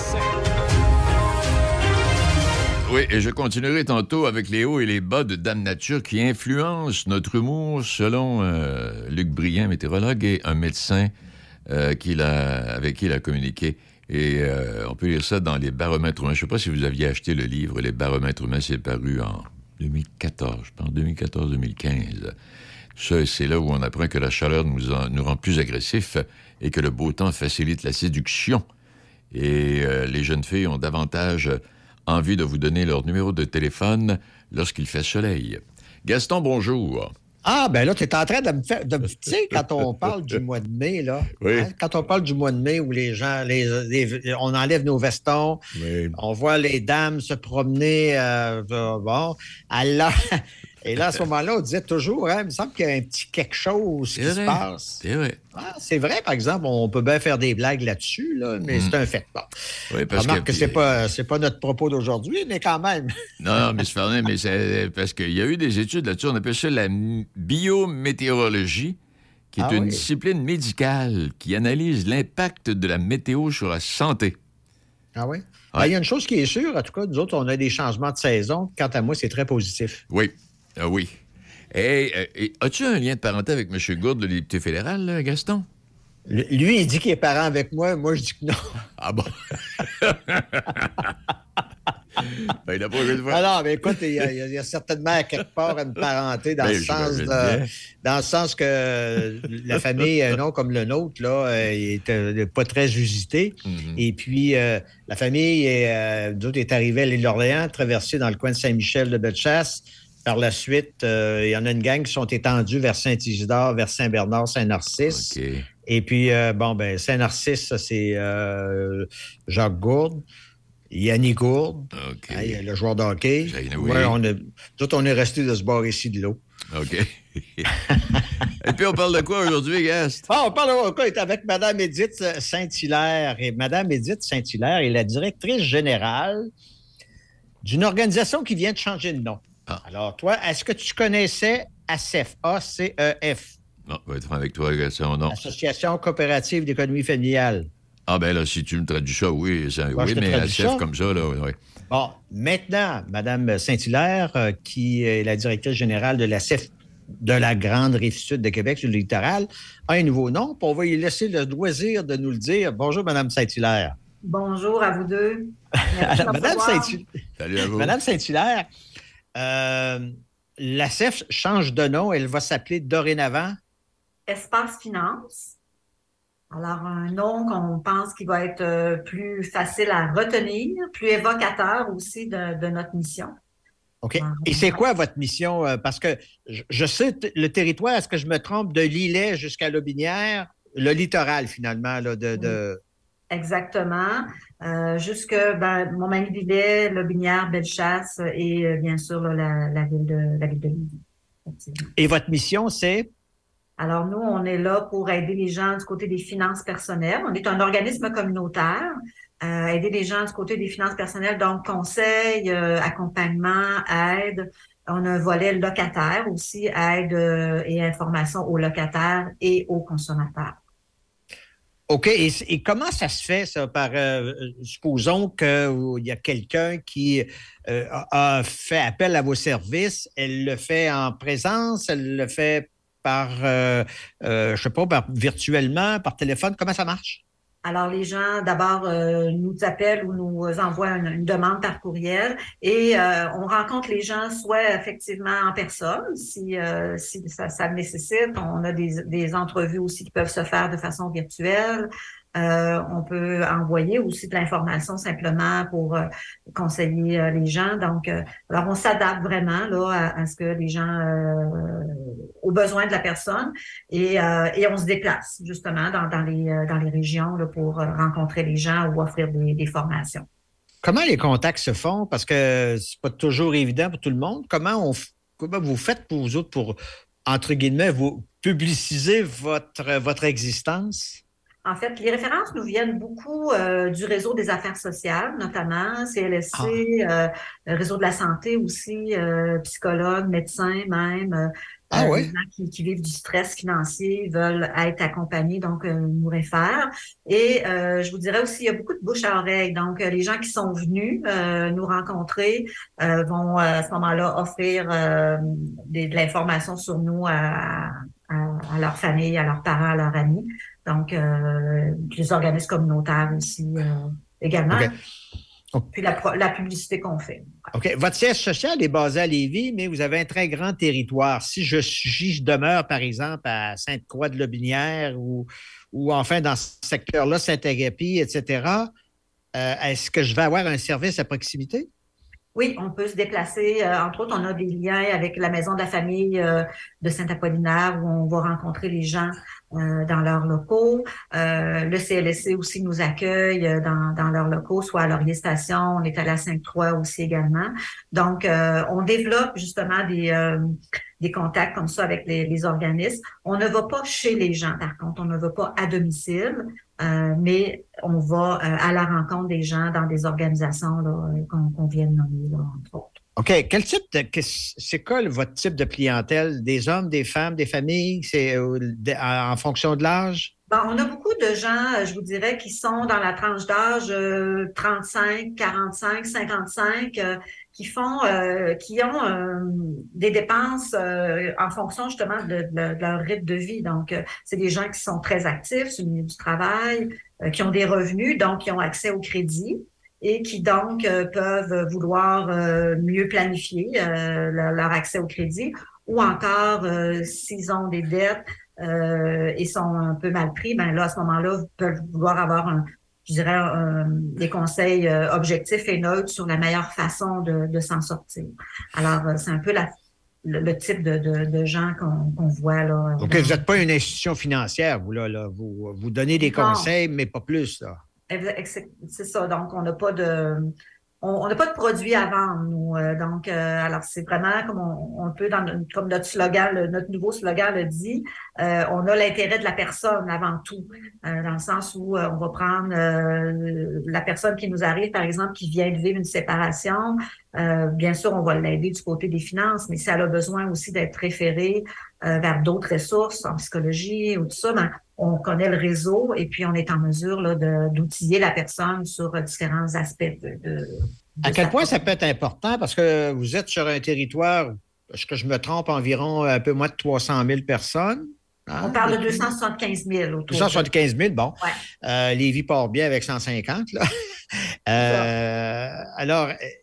Oui, et je continuerai tantôt avec les hauts et les bas de Dame Nature qui influencent notre humour, selon euh, Luc Briand, météorologue, et un médecin euh, qu'il a, avec qui il a communiqué. Et euh, on peut lire ça dans les baromètres humains. Je ne sais pas si vous aviez acheté le livre « Les baromètres humains », c'est paru en deux mille quatorze, je pense, deux mille quatorze deux mille quinze. Ça, c'est là où on apprend que la chaleur nous, en, nous rend plus agressifs et que le beau temps facilite la séduction. Et euh, les jeunes filles ont davantage envie de vous donner leur numéro de téléphone lorsqu'il fait soleil. Gaston, bonjour. Ah, ben là, tu es en train de me faire... Tu sais, quand on parle du mois de mai, là, oui. hein, quand on parle du mois de mai où les gens, les, les, on enlève nos vestons, oui. On voit les dames se promener, euh, bon, alors... Et là, à ce moment-là, on disait toujours, hein, il me semble qu'il y a un petit quelque chose c'est qui vrai. se passe. C'est vrai. Ah, c'est vrai, par exemple, on peut bien faire des blagues là-dessus, là, mais mmh. c'est un fait. Bon. Oui, parce remarque que, que c'est pas, c'est pas notre propos d'aujourd'hui, mais quand même. Non, non, mais c'est Fernand, mais c'est parce qu'il y a eu des études là-dessus, on appelle ça la biométéorologie, qui est ah, une oui. discipline médicale qui analyse l'impact de la météo sur la santé. Ah oui? Ouais. Ben, il y a une chose qui est sûre, en tout cas, nous autres, on a des changements de saison. Quant à moi, c'est très positif. Oui. Ah oui. Hey, hey, as-tu un lien de parenté avec M. Gourde, le député fédéral, là, Gaston? Le, lui, il dit qu'il est parent avec moi. Moi, je dis que non. Ah bon? Ben, il n'a pas vu le voir. Ah non, mais écoute, il y, a, il y a certainement à quelque part une parenté dans, ben, le, sens de, dans le sens que la famille, un nom comme le nôtre, là, est euh, pas très usité. Mm-hmm. Et puis, euh, la famille est, euh, d'autres est arrivée à l'île d'Orléans, traversée dans le coin de Saint-Michel de Bellechasse. Par la suite, euh, il y en a une gang qui sont étendus vers Saint-Isidore, vers Saint-Bernard, Saint-Narcisse. Okay. Et puis, euh, bon, ben Saint-Narcisse, ça, c'est euh, Jacques Gourde. Yannick Gourde, okay. hein, le joueur de hockey. Oui. Ouais, on a, nous autres, on est restés de ce bord ici de l'eau. OK. Et puis, on parle de quoi aujourd'hui, Gast? Ah, on parle de quoi? On est avec Mme Édith Saint-Hilaire. Et Mme Édith Saint-Hilaire est la directrice générale d'une organisation qui vient de changer de nom. Ah. Alors, toi, est-ce que tu connaissais A C E F? A C E F. Non, je vais être franc avec toi, Gaston, non. Association coopérative d'économie familiale. Ah, ben là, si tu me traduis ça, oui, ça, oui, mais A C E F comme ça, là, oui. Bon, maintenant, Mme Saint-Hilaire, euh, qui est la directrice générale de l'A C E F de la grande Rive-Sud de Québec, sur le littoral, a un nouveau nom, puis on va lui laisser le loisir de nous le dire. Bonjour, Mme Saint-Hilaire. Bonjour à vous deux. Mme Saint-Hilaire. Salut à vous. Mme Saint-Hilaire, Euh, la C E F change de nom. Elle va s'appeler dorénavant Espace Finance. Alors, un nom qu'on pense qui va être euh, plus facile à retenir, plus évocateur aussi de, de notre mission. OK. Et c'est quoi votre mission? Parce que je, je sais le territoire, est-ce que je me trompe, de Lillet jusqu'à Lotbinière, le littoral finalement, là, de... de... Exactement. Euh, jusque ben, Montmagny-Lillet, Lotbinière, Bellechasse et euh, bien sûr là, la, la ville de la ville de Lévis. Et votre mission, c'est? Alors, nous, on est là pour aider les gens du côté des finances personnelles. On est un organisme communautaire, euh, aider les gens du côté des finances personnelles, donc conseil, euh, accompagnement, aide. On a un volet locataire aussi, aide euh, et information aux locataires et aux consommateurs. OK. Et, et comment ça se fait, ça? Par, euh, supposons qu'il y a quelqu'un qui euh, a, a fait appel à vos services. Elle le fait en présence, elle le fait par, euh, euh, je sais pas, par, virtuellement, par téléphone. Comment ça marche? Alors, les gens, d'abord, euh, nous appellent ou nous envoient une, une demande par courriel et euh, on rencontre les gens soit effectivement en personne, si, euh, si ça, ça le nécessite. On a des, des entrevues aussi qui peuvent se faire de façon virtuelle. Euh, on peut envoyer aussi de l'information simplement pour euh, conseiller euh, les gens. Donc, euh, alors on s'adapte vraiment là à, à ce que les gens, euh, aux besoins de la personne, et, euh, et on se déplace justement dans, dans les dans les régions là, pour rencontrer les gens ou offrir des, des formations. Comment les contacts se font? Parce que c'est pas toujours évident pour tout le monde. Comment on, comment vous faites pour vous autres pour, entre guillemets, vous publiciser votre votre existence? En fait, les références nous viennent beaucoup euh, du réseau des affaires sociales, notamment C L S C, ah. euh, le réseau de la santé aussi, euh, psychologues, médecins même, euh, ah, euh, ouais? des gens qui, qui vivent du stress financier, veulent être accompagnés, donc euh, nous réfèrent. Et euh, je vous dirais aussi, il y a beaucoup de bouche à oreille. Donc, euh, les gens qui sont venus euh, nous rencontrer euh, vont à ce moment-là offrir euh, des, de l'information sur nous à, à, à leur famille, à leurs parents, à leurs amis. Donc, euh, les organismes communautaires aussi euh, également. Okay. Okay. Puis la, la publicité qu'on fait. OK. Votre siège social est basé à Lévis, mais vous avez un très grand territoire. Si je, si je demeure, par exemple, à Sainte-Croix-de-Lotbinière ou, ou enfin dans ce secteur-là, Saint-Agapi, et cetera, euh, est-ce que je vais avoir un service à proximité? Oui, on peut se déplacer. Euh, entre autres, on a des liens avec la Maison de la famille euh, de Saint-Apollinaire où on va rencontrer les gens euh, dans leurs locaux. Euh, le C L S C aussi nous accueille dans, dans leurs locaux, soit à Laurier-Station, on est à la Sainte-Croix aussi également. Donc, euh, on développe justement des, euh, des contacts comme ça avec les, les organismes. On ne va pas chez les gens, par contre, on ne va pas à domicile. Euh, mais on va euh, à la rencontre des gens dans des organisations là, qu'on, qu'on vient de nommer, là, entre autres. OK. Quel type de, c'est quoi votre type de clientèle? Des hommes, des femmes, des familles? C'est euh, de, en fonction de l'âge? Bon, on a beaucoup de gens, je vous dirais, qui sont dans la tranche d'âge euh, trente-cinq, quarante-cinq, cinquante-cinq, euh, qui font, euh, qui ont euh, des dépenses euh, en fonction justement de, de, de leur rythme de vie. Donc, euh, c'est des gens qui sont très actifs sur le milieu du travail, euh, qui ont des revenus, donc qui ont accès au crédit et qui donc euh, peuvent vouloir euh, mieux planifier euh, leur, leur accès au crédit, ou encore euh, s'ils ont des dettes euh, et sont un peu mal pris, ben là à ce moment-là peuvent vouloir avoir un, je dirais un, des conseils euh, objectifs et neutres sur la meilleure façon de, de s'en sortir. Alors euh, c'est un peu la Le, le type de, de, de gens qu'on, qu'on voit là. OK, dans... vous n'êtes pas une institution financière, vous là, là. Vous, vous donnez des non. conseils, mais pas plus, là. C'est ça. Donc, on n'a pas de on n'a pas de produits à vendre, nous. Donc, euh, alors c'est vraiment comme on, on peut, dans comme notre slogan, le, notre nouveau slogan le dit, euh, on a l'intérêt de la personne avant tout, euh, dans le sens où euh, on va prendre euh, la personne qui nous arrive, par exemple, qui vient de vivre une séparation. Euh, bien sûr, on va l'aider du côté des finances, mais si elle a besoin aussi d'être référée euh, vers d'autres ressources en psychologie ou tout ça, ben, on connaît le réseau et puis on est en mesure là, de, d'outiller la personne sur différents aspects de, de, de à quel point ça peut être important parce que vous êtes sur un territoire, est-ce que je me trompe, environ un peu moins de trois cent mille personnes? Hein? On parle de deux cent soixante-quinze mille. deux cent soixante-quinze mille, bon. Ouais. Euh, Lévis part bien avec cent cinquante. Là. euh, alors,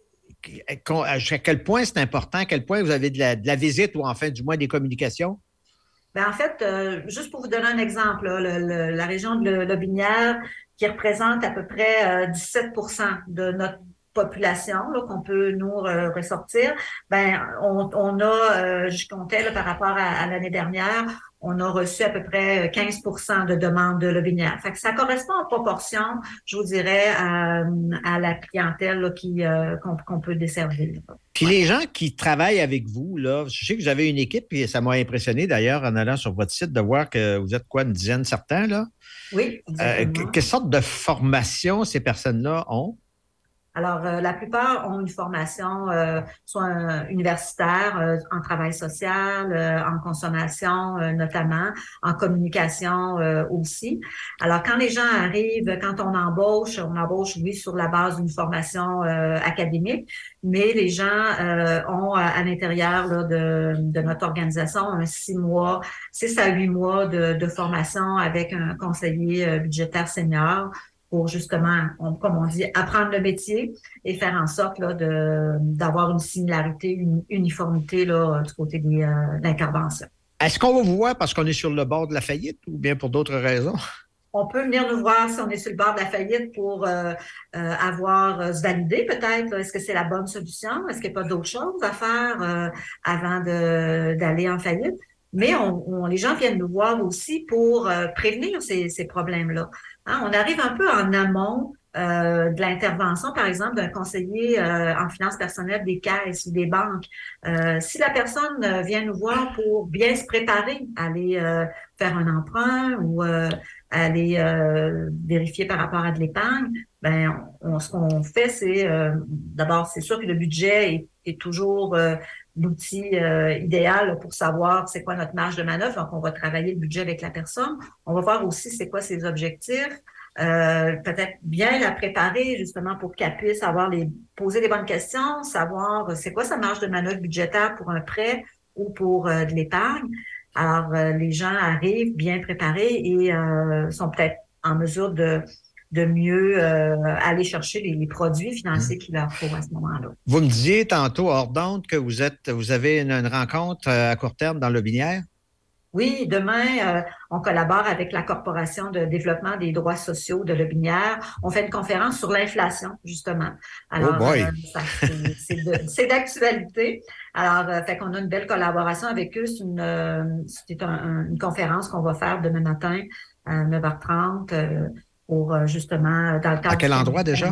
à quel point c'est important, à quel point vous avez de la, de la visite ou enfin du moins des communications? Bien, en fait, euh, juste pour vous donner un exemple, là, le, le, la région de Lotbinière, qui représente à peu près euh, dix-sept pour cent de notre population là, qu'on peut nous euh, ressortir, ben on, on a, euh, je comptais là, par rapport à, à l'année dernière, on a reçu à peu près quinze pour cent de demandes de Lotbinière. Fait que ça correspond en proportion, je vous dirais, à, à la clientèle là, qui, euh, qu'on, qu'on peut desservir. Puis les gens qui travaillent avec vous, là, je sais que vous avez une équipe, et ça m'a impressionné d'ailleurs en allant sur votre site de voir que vous êtes quoi, une dizaine certains, là? Oui, exactement. Euh, quelle sorte de formation ces personnes-là ont? Alors, euh, la plupart ont une formation euh, soit euh, universitaire, euh, en travail social, euh, en consommation euh, notamment, en communication euh, aussi. Alors, quand les gens arrivent, quand on embauche, on embauche, oui, sur la base d'une formation euh, académique, mais les gens euh, ont à, à l'intérieur là, de, de notre organisation un six mois, six à huit mois de, de formation avec un conseiller euh, budgétaire senior pour justement, on, comme on dit, apprendre le métier et faire en sorte là, de, d'avoir une similarité, une uniformité là, du côté des, euh, de l'intervention. Est-ce qu'on va vous voir parce qu'on est sur le bord de la faillite ou bien pour d'autres raisons? On peut venir nous voir si on est sur le bord de la faillite pour euh, euh, avoir euh, se valider peut-être. Est-ce que c'est la bonne solution? Est-ce qu'il n'y a pas d'autres choses à faire euh, avant de, d'aller en faillite? Mais on, on, les gens viennent nous voir aussi pour euh, prévenir ces, ces problèmes-là. Hein, on arrive un peu en amont euh, de l'intervention, par exemple, d'un conseiller euh, en finances personnelles des caisses ou des banques. Euh, si la personne euh, vient nous voir pour bien se préparer, aller euh, faire un emprunt ou euh, aller euh, vérifier par rapport à de l'épargne, ben on, on, ce qu'on fait, c'est euh, d'abord, c'est sûr que le budget est, est toujours euh, l'outil euh, idéal pour savoir c'est quoi notre marge de manœuvre. Donc, on va travailler le budget avec la personne. On va voir aussi c'est quoi ses objectifs. Euh, peut-être bien la préparer justement pour qu'elle puisse avoir les poser les bonnes questions, savoir c'est quoi sa marge de manœuvre budgétaire pour un prêt ou pour euh, de l'épargne. Alors, euh, les gens arrivent bien préparés et euh, sont peut-être en mesure de de mieux euh, aller chercher les, les produits financiers qu'il leur faut à ce moment-là. Vous me disiez tantôt, hors d'onde, que vous êtes, vous avez une, une rencontre à court terme dans Lotbinière? Oui, demain, euh, on collabore avec la Corporation de développement des droits sociaux de Lotbinière. On fait une conférence sur l'inflation, justement. Alors, oh boy. Euh, ça, c'est, c'est, de, c'est d'actualité. Alors, euh, fait qu'on a une belle collaboration avec eux. C'est une, euh, c'est un, un, une conférence qu'on va faire demain matin à neuf heures trente euh, pour euh, justement, dans le cadre... À quel endroit déjà?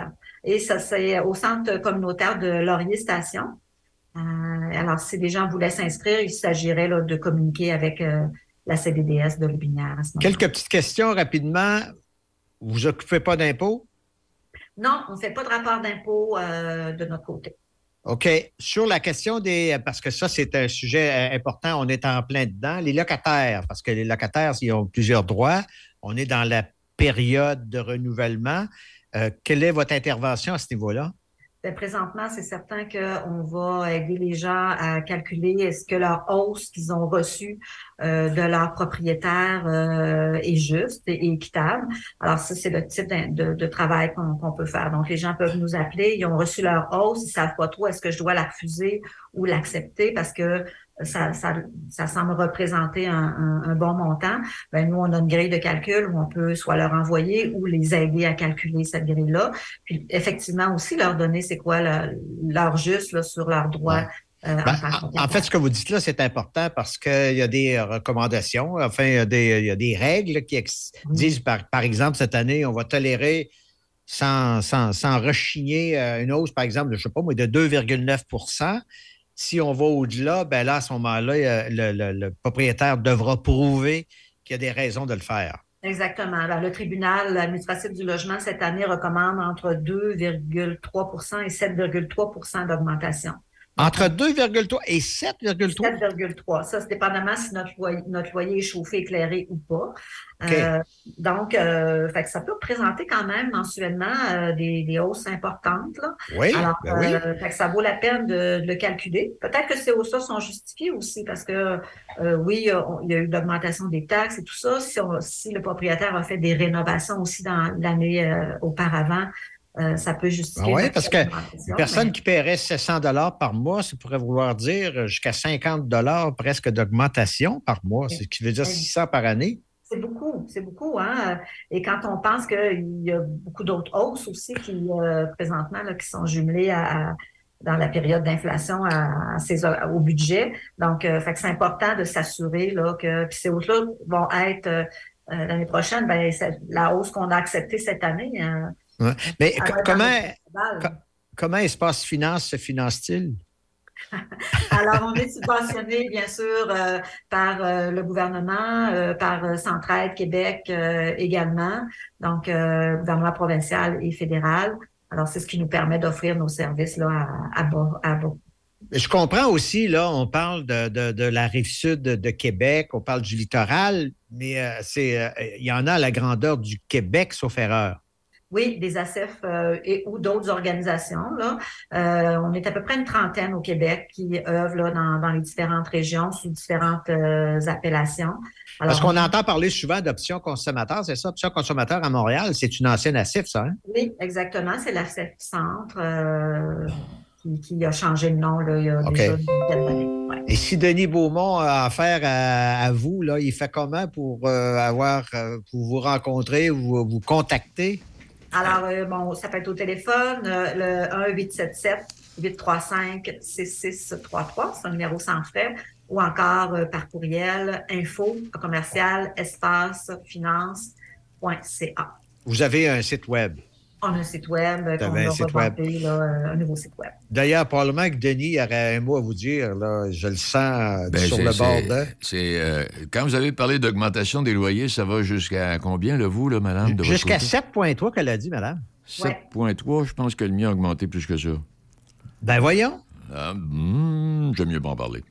Et ça, c'est au centre communautaire de Laurier Station. Euh, alors, si des gens voulaient s'inscrire, il s'agirait là, de communiquer avec euh, la C D D S de Lotbinière. Quelques petites questions rapidement. Vous vous occupez pas d'impôts? Non, on ne fait pas de rapport d'impôt euh, de notre côté. OK. Sur la question des... Parce que ça, c'est un sujet important, on est en plein dedans. Les locataires, parce que les locataires, ils ont plusieurs droits. On est dans la période de renouvellement. Euh, quelle est votre intervention à ce niveau-là? Bien, présentement, c'est certain qu'on va aider les gens à calculer est-ce que leur hausse qu'ils ont reçue euh, de leur propriétaire euh, est juste et équitable. Alors ça, c'est le type de, de, de travail qu'on, qu'on peut faire. Donc, les gens peuvent nous appeler, ils ont reçu leur hausse, ils savent pas trop est-ce que je dois la refuser ou l'accepter parce que ça, ça, ça semble représenter un, un, un bon montant. Ben nous, on a une grille de calcul où on peut soit leur envoyer ou les aider à calculer cette grille-là. Puis effectivement aussi leur donner c'est quoi leur, leur juste là, sur leurs droits. Euh, ben, en, en fait, ce que vous dites là, c'est important parce qu'il y a des recommandations, enfin, il y a des, il y a des règles qui ex- mmh. disent, par, par exemple, cette année, on va tolérer sans, sans, sans rechigner une hausse, par exemple, je ne sais pas moi, de deux virgule neuf pour cent. Si on va au-delà, ben là, à ce moment-là, le, le, le propriétaire devra prouver qu'il y a des raisons de le faire. Exactement. Alors, le tribunal administratif du logement, cette année, recommande entre deux virgule trois pour cent et sept virgule trois pour cent d'augmentation. Entre deux virgule trois et sept virgule trois? sept virgule trois. Ça, c'est dépendamment si notre loyer, notre loyer est chauffé, éclairé ou pas. Okay. Euh, donc, euh, fait que ça peut représenter quand même mensuellement euh, des, des hausses importantes. Là. Oui, Alors, ben oui. Euh, fait que ça vaut la peine de, de le calculer. Peut-être que ces hausses-là sont justifiées aussi parce que, euh, oui, on, il y a eu l'augmentation des taxes et tout ça. Si, on, si le propriétaire a fait des rénovations aussi dans l'année euh, auparavant, euh, ça peut justifier. Ah oui, parce que une personne mais... qui paierait sept cents dollars par mois, ça pourrait vouloir dire jusqu'à cinquante dollars presque d'augmentation par mois, ce qui veut dire six cents par année. C'est beaucoup, c'est beaucoup. Hein? Et quand on pense qu'il y a beaucoup d'autres hausses aussi qui, euh, présentement, là, qui sont jumelées à, à, dans la période d'inflation à, à ces, au budget. Donc, euh, fait que c'est important de s'assurer là, que puis ces hausses-là vont être euh, l'année prochaine, ben, la hausse qu'on a acceptée cette année. Hein, ouais. Mais c- comment, co- comment Espace Finance se finance-t-il? Alors, on est subventionné, bien sûr, euh, par euh, le gouvernement, euh, par euh, Centraide Québec euh, également, donc euh, gouvernement provincial et fédéral. Alors, c'est ce qui nous permet d'offrir nos services là, à, à bas. À bas. Je comprends aussi, là, on parle de, de, de la Rive-Sud de, de Québec, on parle du littoral, mais euh, c'est, euh, il y en a à la grandeur du Québec, sauf erreur. Oui, des A C F euh, et ou d'autres organisations. Là. Euh, on est à peu près une trentaine au Québec qui œuvrent là, dans, dans les différentes régions sous différentes euh, appellations. Alors, Parce qu'on entend parler souvent d'Option consommateur, c'est ça? Option consommateur à Montréal, c'est une ancienne A C F, ça, hein? Oui, exactement. C'est l'A C F Centre euh, qui, qui a changé de nom là, il y a okay. déjà une dizaine d'années. Ouais. Et si Denis Beaumont a affaire à, à vous, là, il fait comment pour euh, avoir euh, pour vous rencontrer ou vous contacter? Alors, euh, bon, ça peut être au téléphone, euh, le un huit sept sept huit trois cinq six six trois trois, c'est un numéro sans frais, ou encore euh, par courriel, info, commercial, espace, finance point c a. Vous avez un site web? On a un site web qu'on un a site revanté, là, un nouveau site web. D'ailleurs, probablement que Denis aurait un mot à vous dire, là, je le sens ben, sur c'est, le bord c'est, de... C'est, euh, quand vous avez parlé d'augmentation des loyers, ça va jusqu'à combien, là, vous, là, madame? De jusqu'à sept virgule trois qu'elle a dit, madame. sept virgule trois, je pense que le mien a augmenté plus que ça. Ben voyons. Ah, hmm, j'aime mieux pas en parler.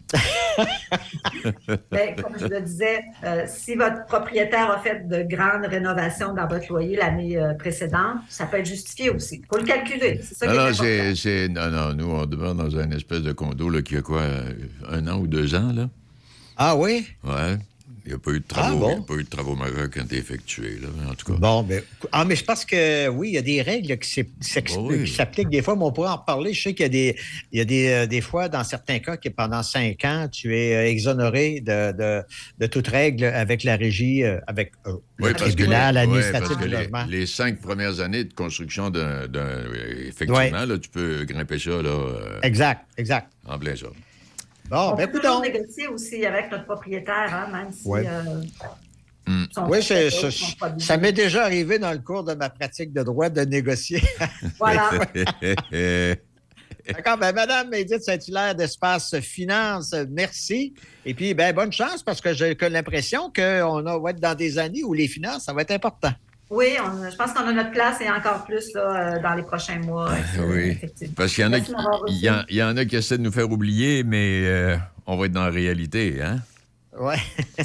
Bien, comme je le disais, euh, si votre propriétaire a fait de grandes rénovations dans votre loyer l'année euh, précédente, ça peut être justifié aussi. Il faut le calculer. C'est ça non, qui est non, important. c'est, c'est, non, non, nous, on demeure dans une espèce de condo là, qui a quoi, un an ou deux ans, là? Ah oui? Ouais. Il n'y a pas eu de travaux, ah, bon? il n'y a pas eu de travaux majeurs qui ont été effectués, là, en tout cas. Bon, ben, ah, mais je pense que, oui, il y a des règles qui, oh, oui. qui s'appliquent des fois, mais on pourrait en reparler. Je sais qu'il y a des, il y a des, euh, des fois, dans certains cas, que pendant cinq ans, tu es euh, exonéré de, de, de toute règle avec la régie, euh, avec euh, oui, le tribunal administratif oui, parce que du logement. Les, les cinq premières années de construction d'un... d'un effectivement, ouais. là, tu peux grimper ça, là... Euh, exact, exact. En plein ça. Bon, on ben, peut toujours donc. négocier aussi avec notre propriétaire, hein, même si... Ouais. Euh, mm. Oui, c'est, ça, ça m'est déjà arrivé dans le cours de ma pratique de droit de négocier. Voilà. D'accord, ben, Madame Édith Saint-Hilaire d'Espace Finance, merci. Et puis, ben, bonne chance, parce que j'ai l'impression qu'on va être dans des années où les finances, ça va être important. Oui, on, je pense qu'on a notre place et encore plus là, dans les prochains mois. Euh, oui, parce qu'il y en, a qui, il, y en, il y en a qui essaient de nous faire oublier, mais euh, on va être dans la réalité, hein? Oui.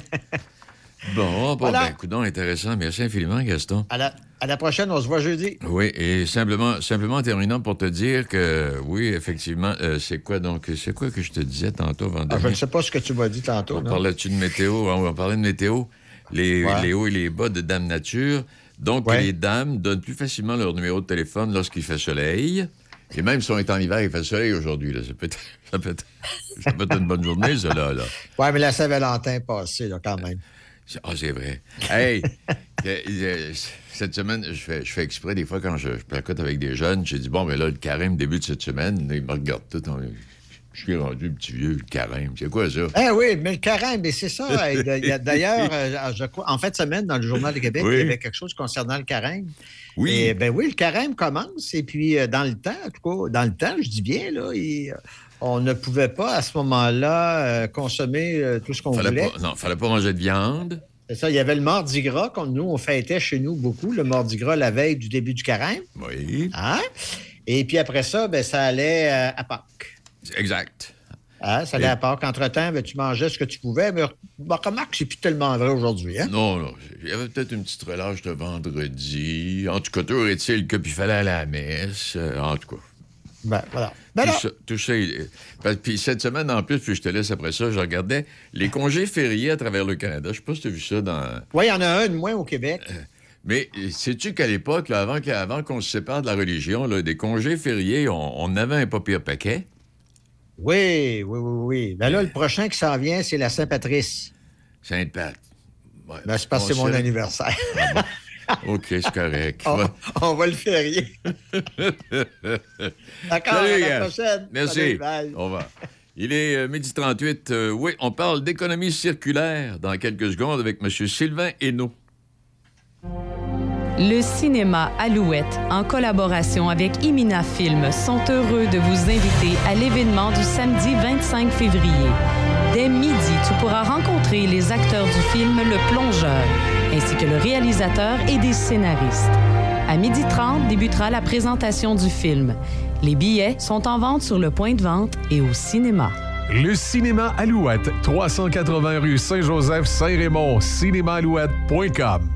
Bon, bon voilà. ben, coudonc, intéressant. Merci infiniment, Gaston. À la, à la prochaine, on se voit jeudi. Oui, et simplement, simplement terminant pour te dire que, oui, effectivement, euh, c'est quoi donc, c'est quoi que je te disais tantôt, Vendémiaire? Ah, je ne sais pas ce que tu m'as dit tantôt. On parlait-tu de météo? On parlait de météo, les, ouais. les hauts et les bas de Dame Nature. Donc, ouais. les dames donnent plus facilement leur numéro de téléphone lorsqu'il fait soleil. Et même si on est en hiver, il fait soleil aujourd'hui. Là. Ça, peut être, ça, peut être, ça peut être une bonne journée, ça, là. là. Oui, mais la Saint-Valentin est passée, là, quand même. Ah, c'est vrai. Hey, cette semaine, je fais, je fais exprès, des fois, quand je, je placote avec des jeunes, j'ai dit, bon, mais là, le carême début de cette semaine, là, ils me regardent tout. On, je suis rendu petit vieux, le carême. C'est quoi ça? Eh oui, mais le carême, mais c'est ça. Il y a, d'ailleurs, je crois, en fin de semaine, dans le Journal de Québec, oui. il y avait quelque chose concernant le carême. Oui. Et, ben oui, le carême commence. Et puis, dans le temps, en tout cas, dans le temps, je dis bien, là, il, on ne pouvait pas, à ce moment-là, euh, consommer euh, tout ce qu'on fallait voulait. Pas, non, il ne fallait pas manger de viande. C'est ça. Il y avait le Mardi Gras, qu'on nous, on fêtait chez nous beaucoup, le Mardi Gras la veille du début du carême. Oui. Hein? Et puis après ça, ben, ça allait euh, à Pâques. Exact. Ah, ça allait Et... à Pâques. Entre-temps, ben, tu mangeais ce que tu pouvais, mais ben, remarque que c'est plus tellement vrai aujourd'hui. Hein? Non, non. Il y avait peut-être une petite relâche de vendredi. En tout cas, toujours est-il que puis il fallait aller à la messe. Euh, en tout cas. Ben, voilà. Ben tout, ça, tout ça. Puis cette semaine, en plus, puis je te laisse après ça, je regardais les congés fériés à travers le Canada. Je sais pas si tu as vu ça dans... Oui, il y en a un de moins au Québec. Euh, Mais sais-tu qu'à l'époque, là, avant, avant qu'on se sépare de la religion, là, des congés fériés, on, on avait un pas pire paquet? Oui, oui, oui, oui. Ben là, le prochain qui s'en vient, c'est la Saint-Patrice. Sainte-Pat. Ouais, ben, c'est parce que c'est mon anniversaire. Ah bon. OK, c'est correct. on, on va le férier. D'accord, Salut, à la prochaine. Merci. Salut, au revoir. Il est euh, midi trente-huit. Euh, oui, on parle d'économie circulaire dans quelques secondes avec M. Sylvain Hainaut. Le cinéma Alouette, en collaboration avec Imina Film, sont heureux de vous inviter à l'événement du samedi vingt-cinq février. Dès midi, tu pourras rencontrer les acteurs du film Le Plongeur, ainsi que le réalisateur et des scénaristes. À midi trente débutera la présentation du film. Les billets sont en vente sur le point de vente et au cinéma. Le cinéma Alouette, trois cent quatre-vingts rue Saint-Joseph-Saint-Raymond, cinéma alouette point com.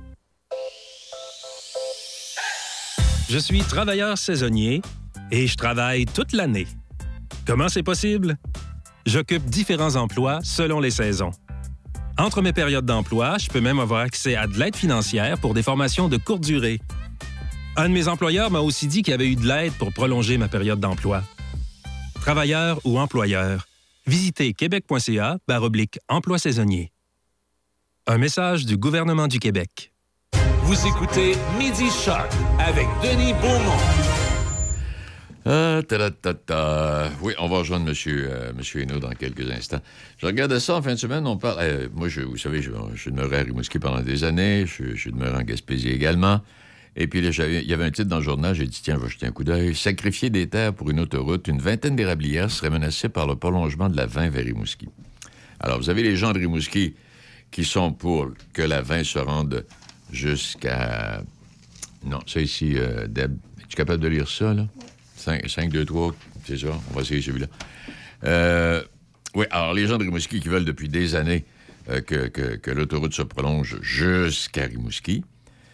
Je suis travailleur saisonnier et je travaille toute l'année. Comment c'est possible? J'occupe différents emplois selon les saisons. Entre mes périodes d'emploi, je peux même avoir accès à de l'aide financière pour des formations de courte durée. Un de mes employeurs m'a aussi dit qu'il y avait eu de l'aide pour prolonger ma période d'emploi. Travailleur ou employeur, visitez québec.ca barre oblique emploi saisonnier. Un message du gouvernement du Québec. Vous écoutez Midi Choc avec Denis Beaumont. Ah, ta, ta, ta, ta. Oui, on va rejoindre M. Euh, Monsieur Hainaut dans quelques instants. Je regardais ça en fin de semaine, on parle... Euh, moi, je, vous savez, je, je demeurais à Rimouski pendant des années, je, je demeurais en Gaspésie également. Et puis là, il y avait un titre dans le journal, j'ai dit, tiens, je vais jeter un coup d'œil. Sacrifier des terres pour une autoroute, une vingtaine d'érablières seraient menacées par le prolongement de la vingt vers Rimouski. Alors, vous avez les gens de Rimouski qui sont pour que la vingt se rende jusqu'à... Non, ça ici, euh, Deb, es-tu capable de lire ça, là? cinq, deux, trois, c'est ça, on va essayer celui-là. Euh, oui, alors les gens de Rimouski qui veulent depuis des années euh, que, que, que l'autoroute se prolonge jusqu'à Rimouski.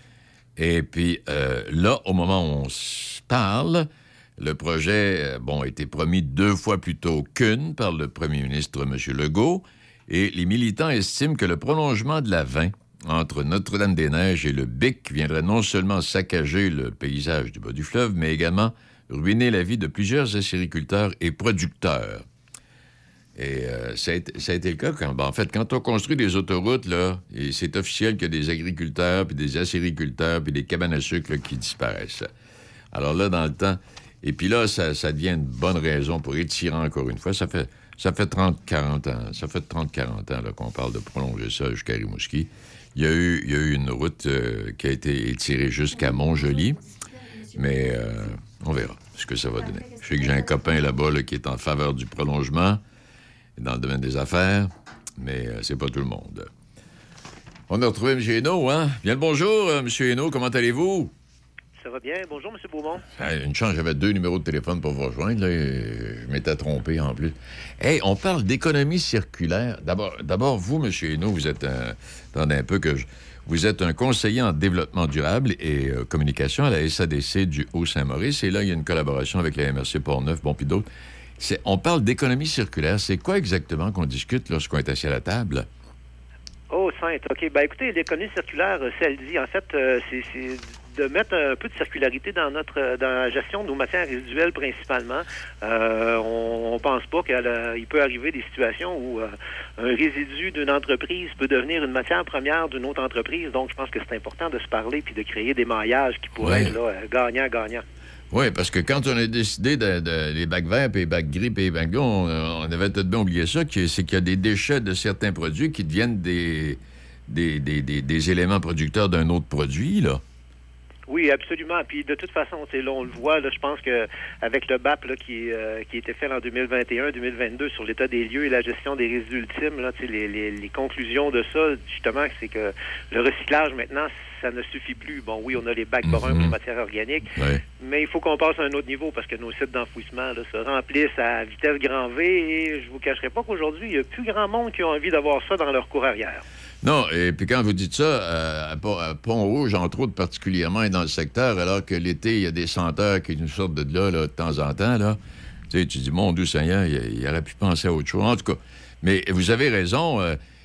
Et puis euh, là, au moment où on se parle, le projet, euh, bon, a été promis deux fois plus tôt qu'une par le premier ministre, M. Legault, et les militants estiment que le prolongement de la vingt entre Notre-Dame-des-Neiges et le Bic viendrait non seulement saccager le paysage du bas du fleuve, mais également ruiner la vie de plusieurs acériculteurs et producteurs. Et euh, ça, a été, ça a été le cas quand... Ben, en fait, quand on construit des autoroutes, là, et c'est officiel qu'il y a des agriculteurs, puis des acériculteurs, puis des cabanes à sucre là, qui disparaissent. Alors là, dans le temps... Et puis là, ça, ça devient une bonne raison pour étirer encore une fois. Ça fait, ça fait trente quarante ans. Ça fait trente quarante ans là, qu'on parle de prolonger ça jusqu'à Rimouski. Il y a eu, il y a eu une route euh, qui a été étirée jusqu'à Montjoly, mais... Euh, on verra ce que ça va donner. Je sais que j'ai un copain là-bas là, qui est en faveur du prolongement dans le domaine des affaires, mais euh, c'est pas tout le monde. On a retrouvé M. Hainaut, hein? Bien le bonjour, euh, M. Hainaut, comment allez-vous? Ça va bien. Bonjour, M. Beaumont. Ah, une chance, j'avais deux numéros de téléphone pour vous rejoindre. Là, et je m'étais trompé en plus. Hey, on parle d'économie circulaire. D'abord, d'abord vous, M. Hainaut, vous êtes un... Attendez un peu que je... Vous êtes un conseiller en développement durable et euh, communication à la S A D C du Haut-Saint-Maurice. Et là, il y a une collaboration avec la M R C Portneuf, bon, puis d'autres. C'est, on parle d'économie circulaire. C'est quoi exactement qu'on discute lorsqu'on est assis à la table? Oh, sainte, OK. Ben écoutez, l'économie circulaire, ça le dit. En fait, euh, c'est, c'est de mettre un peu de circularité dans notre dans la gestion de nos matières résiduelles principalement. Euh, on, on pense pas qu'il peut arriver des situations où euh, un résidu d'une entreprise peut devenir une matière première d'une autre entreprise. Donc, je pense que c'est important de se parler puis de créer des maillages qui pourraient ouais. être là, gagnant-gagnant. Oui, parce que quand on a décidé de, de, les bacs verts, puis les bacs gris, puis les bacs bleus, on, on avait tout de bien oublié ça, que, c'est qu'il y a des déchets de certains produits qui deviennent des, des, des, des, des éléments producteurs d'un autre produit, là. Oui, absolument. Puis de toute façon, là, on le voit, là, je pense que avec le B A P là, qui, euh, qui a été fait en deux mille vingt et un deux mille vingt-deux sur l'état des lieux et la gestion des résidus ultimes, là, les, les, les conclusions de ça, justement, c'est que le recyclage, maintenant, ça ne suffit plus. Bon, oui, on a les bacs mm-hmm. bruns pour matière organique, ouais. mais il faut qu'on passe à un autre niveau parce que nos sites d'enfouissement là, se remplissent à vitesse grand V et je vous cacherai pas qu'aujourd'hui, il n'y a plus grand monde qui a envie d'avoir ça dans leur cour arrière. Non, et puis quand vous dites ça, euh, à Pont-Rouge, entre autres, particulièrement, et dans le secteur, alors que l'été, il y a des senteurs qui nous sortent de là, là de temps en temps, là, tu sais, tu dis, mon Dieu Seigneur, il, il aurait pu penser à autre chose. En tout cas, mais vous avez raison, euh,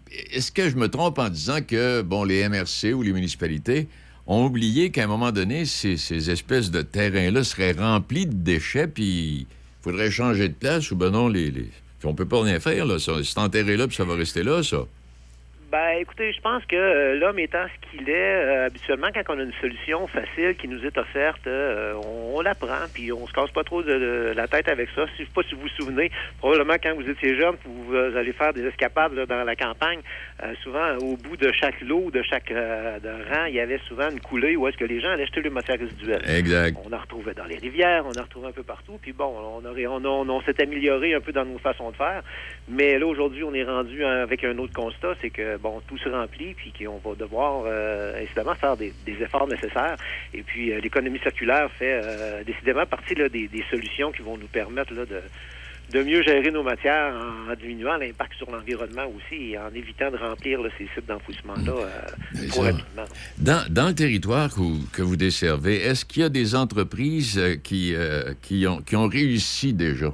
est-ce que je me trompe en disant que, bon, les M R C ou les municipalités ont oublié qu'à un moment donné, ces, ces espèces de terrains-là seraient remplis de déchets, puis il faudrait changer de place, ou ben non, les, les... on peut pas rien faire, là. Ça, c'est enterré là, puis ça va rester là, ça. Ben, écoutez, je pense que euh, l'homme étant ce qu'il est, euh, habituellement, quand on a une solution facile qui nous est offerte, euh, on, on la prend, puis on se casse pas trop de, de la tête avec ça. Je sais pas si vous vous souvenez, probablement quand vous étiez jeune, vous, vous allez faire des escapades là, dans la campagne. Euh, souvent, au bout de chaque lot, de chaque euh, de rang, il y avait souvent une coulée où est-ce que les gens allaient jeter le matière résiduelle. Exact. On en retrouvait dans les rivières, on en retrouvait un peu partout, puis bon, on, aurait, on, on, on s'est amélioré un peu dans nos façons de faire, mais là, aujourd'hui, on est rendu avec un autre constat, c'est que bon, tout se remplit, puis qu'on va devoir, euh, évidemment, faire des, des efforts nécessaires. Et puis, euh, l'économie circulaire fait euh, décidément partie là, des, des solutions qui vont nous permettre là, de, de mieux gérer nos matières en, en diminuant l'impact sur l'environnement aussi et en évitant de remplir là, ces sites d'enfouissement-là euh, trop rapidement. Dans, dans le territoire que vous, que vous desservez, est-ce qu'il y a des entreprises qui, euh, qui, ont, qui ont réussi déjà?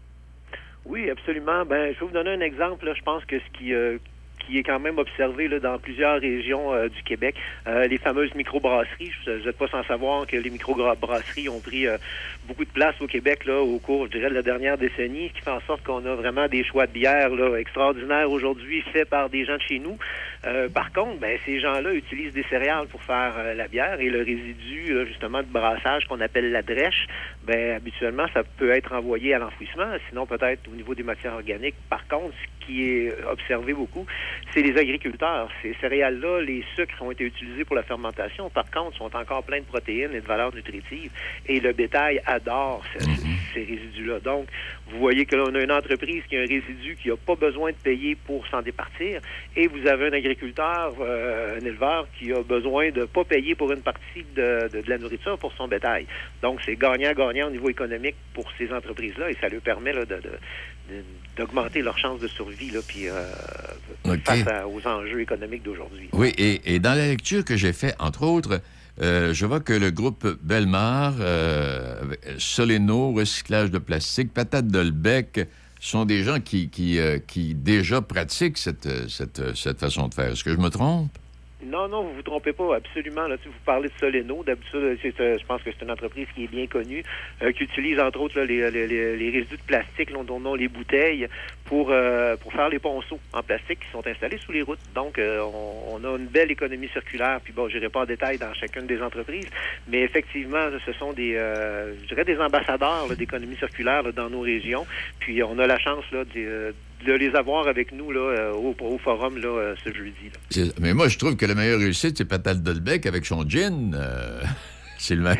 Oui, absolument. Ben, je vais vous donner un exemple. Là. Je pense que ce qui... Euh, qui est quand même observé là, dans plusieurs régions euh, du Québec. Euh, les fameuses microbrasseries, vous n'êtes pas sans savoir que les microbrasseries ont pris euh, beaucoup de place au Québec là, au cours, je dirais, de la dernière décennie, ce qui fait en sorte qu'on a vraiment des choix de bière là, extraordinaires aujourd'hui, faits par des gens de chez nous. Euh, par contre, ben, ces gens-là utilisent des céréales pour faire euh, la bière et le résidu, là, justement, de brassage qu'on appelle la drèche, ben, habituellement, ça peut être envoyé à l'enfouissement, sinon peut-être au niveau des matières organiques. Par contre, ce qui est observé beaucoup, c'est les agriculteurs. Ces céréales-là, les sucres ont été utilisés pour la fermentation. Par contre, sont encore pleins de protéines et de valeurs nutritives. Et le bétail adore ces, mm-hmm. ces résidus-là. Donc, vous voyez que là, on a une entreprise qui a un résidu qui n'a pas besoin de payer pour s'en départir. Et vous avez un agriculteur, euh, un éleveur, qui a besoin de ne pas payer pour une partie de, de, de la nourriture pour son bétail. Donc, c'est gagnant-gagnant au niveau économique pour ces entreprises-là. Et ça leur permet là, de, de, de, d'augmenter leurs chances de survie, là, puis euh, okay. face à, aux enjeux économiques d'aujourd'hui. Oui, et, et dans la lecture que j'ai faite, entre autres, euh, je vois que le groupe Bellemare, euh, Soleno, recyclage de plastique, Patate Dolbec, sont des gens qui, qui, euh, qui déjà pratiquent cette, cette, cette façon de faire. Est-ce que je me trompe? Non, non, vous vous trompez pas, absolument. Là, si vous parlez de Soleno, d'habitude, c'est, euh, je pense que c'est une entreprise qui est bien connue, euh, qui utilise entre autres là, les, les, les résidus de plastique, là, dont on les bouteilles, pour, euh, pour faire les ponceaux en plastique qui sont installés sous les routes. Donc, euh, on, on a une belle économie circulaire. Puis bon, je n'irai pas en détail dans chacune des entreprises, mais effectivement, ce sont des, euh, je dirais, des ambassadeurs là, d'économie circulaire là, dans nos régions. Puis on a la chance là, de, de les avoir avec nous là, au, au forum là, ce jeudi. Là. Mais moi, je trouve que la meilleure réussite, c'est Patate Dolbec avec son gin. Euh... C'est le même.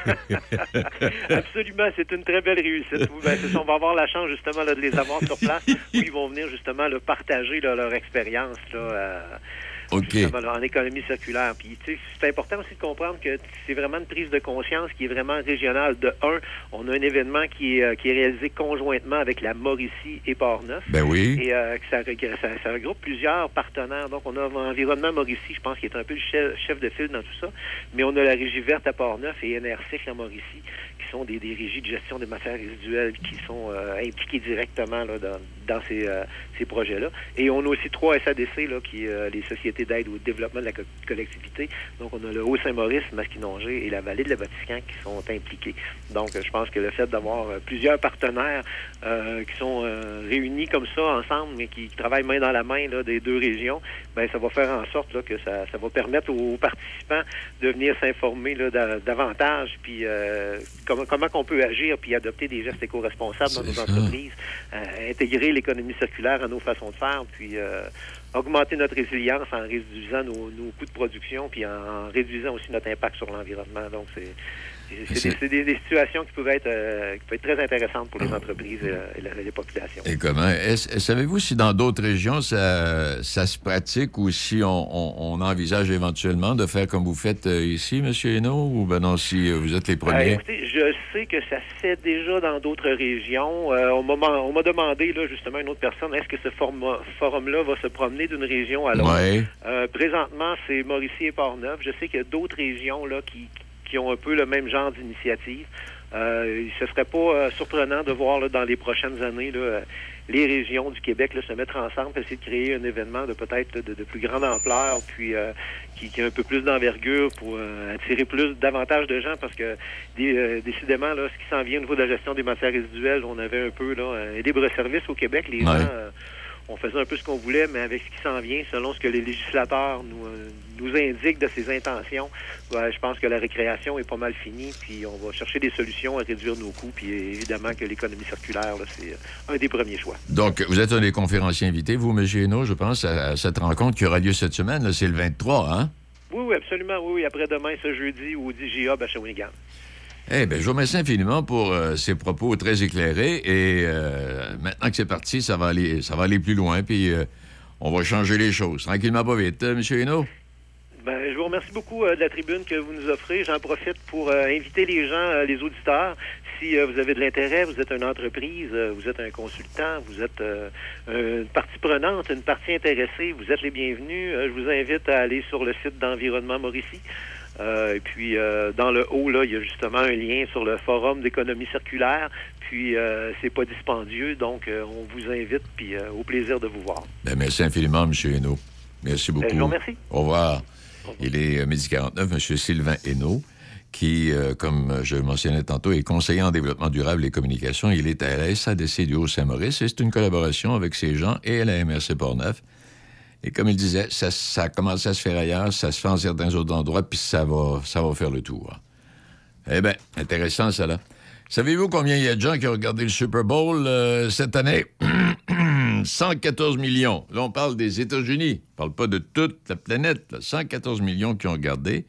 Absolument, c'est une très belle réussite. Oui, ben, c'est ça, on va avoir la chance justement là, de les avoir sur place où ils vont venir justement là, partager là, leur expérience là, euh, okay. justement, là, en économie circulaire. Puis, tu sais, c'est important aussi de comprendre que c'est vraiment une prise de conscience qui est vraiment régionale. De un, on a un événement qui est, euh, qui est réalisé conjointement avec la Mauricie et Port-Neuf. Ben oui. Et euh, ça, ça, ça regroupe plusieurs partenaires. Donc, on a Environnement Mauricie, je pense, qui est un peu le chef, chef de file dans tout ça. Mais on a la Régie verte à Port-Neuf et N R C, la Mauricie, qui sont des, des régies de gestion des matières résiduelles qui sont euh, impliquées directement là, dans, dans ces, euh, ces projets-là. Et on a aussi trois S A D C, là, qui euh, les sociétés d'aide au développement de la co- collectivité. Donc, on a le Haut-Saint-Maurice, Masquinongé et la vallée de la Vatican qui sont impliqués. Donc, euh, je pense que le fait d'avoir euh, plusieurs partenaires euh, qui sont euh, réunis comme ça ensemble, mais qui travaillent main dans la main là, des deux régions, ben ça va faire en sorte là, que ça, ça va permettre aux participants de venir s'informer là, da- davantage, puis euh, comment, comment qu'on peut agir, puis adopter des gestes éco-responsables dans nos ça. entreprises, euh, intégrer l'économie circulaire à nos façons de faire, puis euh, augmenter notre résilience en réduisant nos, nos coûts de production, puis en, en réduisant aussi notre impact sur l'environnement. Donc, c'est C'est, c'est, des, c'est des, des situations qui peuvent être, euh, qui peuvent être très intéressantes pour les entreprises et, et la, les populations. Et comment? Est-ce, savez-vous si dans d'autres régions, ça, ça se pratique ou si on, on, on envisage éventuellement de faire comme vous faites euh, ici, M. Hainaut, ou ben non, si vous êtes les premiers? Euh, écoutez, je sais que ça se fait déjà dans d'autres régions. Euh, on, m'a, on m'a demandé, là, justement, une autre personne, est-ce que ce format, forum-là va se promener d'une région à l'autre? Ouais. Euh, présentement, c'est Mauricie et Port-Neuf. Je sais qu'il y a d'autres régions là, qui qui ont un peu le même genre d'initiative. Euh, ce serait pas euh, surprenant de voir là, dans les prochaines années là, les régions du Québec là, se mettre ensemble, essayer de créer un événement de peut-être de, de plus grande ampleur, puis euh, qui, qui a un peu plus d'envergure pour euh, attirer plus, davantage de gens, parce que des, euh, décidément, là, ce qui s'en vient au niveau de la gestion des matières résiduelles, on avait un peu là, un libre-service au Québec. Les ouais. gens... Euh, on faisait un peu ce qu'on voulait, mais avec ce qui s'en vient, selon ce que les législateurs nous, euh, nous indiquent de ses intentions, ben, je pense que la récréation est pas mal finie, puis on va chercher des solutions à réduire nos coûts, puis évidemment que l'économie circulaire, là, c'est un des premiers choix. Donc, vous êtes un des conférenciers invités, vous, M. Hainaut, je pense, à, à cette rencontre qui aura lieu cette semaine, là, c'est le vingt-trois, hein? Oui, oui, absolument, oui, oui, après-demain, ce jeudi, au D G A à Shawinigan. Eh bien, je vous remercie infiniment pour euh, ces propos très éclairés. Et euh, maintenant que c'est parti, ça va aller, ça va aller plus loin. Puis euh, on va changer les choses. Tranquillement, pas vite, euh, M. Hainaut. Ben, je vous remercie beaucoup euh, de la tribune que vous nous offrez. J'en profite pour euh, inviter les gens, euh, les auditeurs. Si euh, vous avez de l'intérêt, vous êtes une entreprise, euh, vous êtes un consultant, vous êtes euh, une partie prenante, une partie intéressée, vous êtes les bienvenus. Euh, je vous invite à aller sur le site d'Environnement Mauricie. Euh, et puis, euh, dans le haut, là, il y a justement un lien sur le forum d'économie circulaire. Puis, euh, c'est pas dispendieux, donc euh, on vous invite, puis euh, au plaisir de vous voir. Bien, merci infiniment, M. Hainaut. Merci beaucoup. Ben, je vous remercie. Au revoir. Au revoir. Il est midi quarante-neuf, M. Sylvain Hainaut, qui, euh, comme je le mentionnais tantôt, est conseiller en développement durable et communication. Il est à la S A D C du Haut-Saint-Maurice et c'est une collaboration avec ces gens et la M R C Portneuf. Et comme il disait, ça, ça a commencé à se faire ailleurs, ça se fait en certains autres endroits, puis ça va, ça va faire le tour. Eh bien, intéressant, ça, là. Savez-vous combien il y a de gens qui ont regardé le Super Bowl euh, cette année? cent quatorze millions. Là, on parle des États-Unis. On ne parle pas de toute la planète. Là. cent quatorze millions qui ont regardé.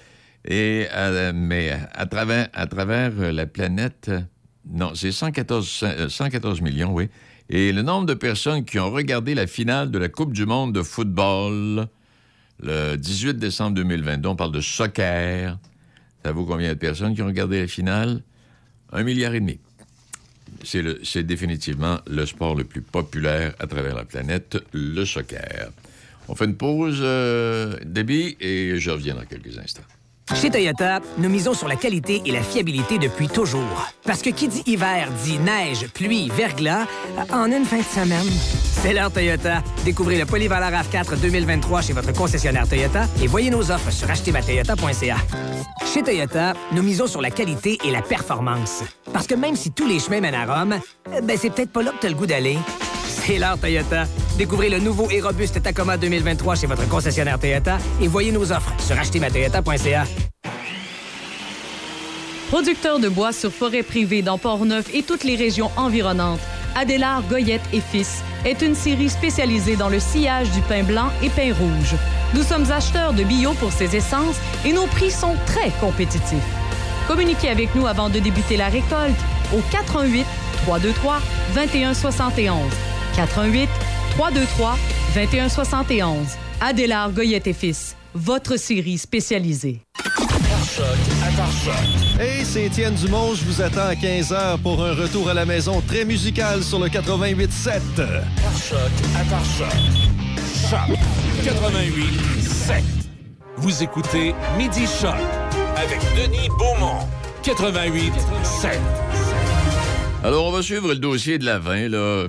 Et, euh, mais à travers, à travers la planète... Non, c'est cent quatorze, cent quatorze millions, oui. Et le nombre de personnes qui ont regardé la finale de la Coupe du monde de football le dix-huit décembre deux mille vingt-deux, on parle de soccer. Ça vaut combien de personnes qui ont regardé la finale? Un milliard et demi. C'est, le, c'est définitivement le sport le plus populaire à travers la planète, le soccer. On fait une pause, euh, Debbie, et je reviens dans quelques instants. Chez Toyota, nous misons sur la qualité et la fiabilité depuis toujours. Parce que qui dit hiver dit neige, pluie, verglas, en une fin de semaine. C'est l'heure Toyota. Découvrez le Polyvalent RAV quatre deux mille vingt-trois chez votre concessionnaire Toyota et voyez nos offres sur acheter ma toyota point c a. Chez Toyota, nous misons sur la qualité et la performance. Parce que même si tous les chemins mènent à Rome, ben c'est peut-être pas là que t'as le goût d'aller. C'est l'heure Toyota. Découvrez le nouveau et robuste Tacoma deux mille vingt-trois chez votre concessionnaire Toyota et voyez nos offres sur acheter ma toyota point c a. Producteur de bois sur forêt privée dans Portneuf et toutes les régions environnantes, Adélard Goyette et Fils est une scierie spécialisée dans le sciage du pin blanc et pin rouge. Nous sommes acheteurs de bio pour ces essences et nos prix sont très compétitifs. Communiquez avec nous avant de débuter la récolte au quatre un huit, trois deux trois, deux un sept un. quatre un huit, trois deux trois, deux un sept un. Adélard Goyette et Fils, votre scierie spécialisée. Choc à Pare-Choc. Hey, c'est Étienne Dumont. Je vous attends à quinze heures pour un retour à la maison très musical sur le quatre-vingt-huit sept. Pare-Choc à Pare-Choc. Choc quatre-vingt-huit sept. Vous écoutez Midi Choc avec Denis Beaumont. quatre-vingt-huit sept. Alors, on va suivre le dossier de la vin, là.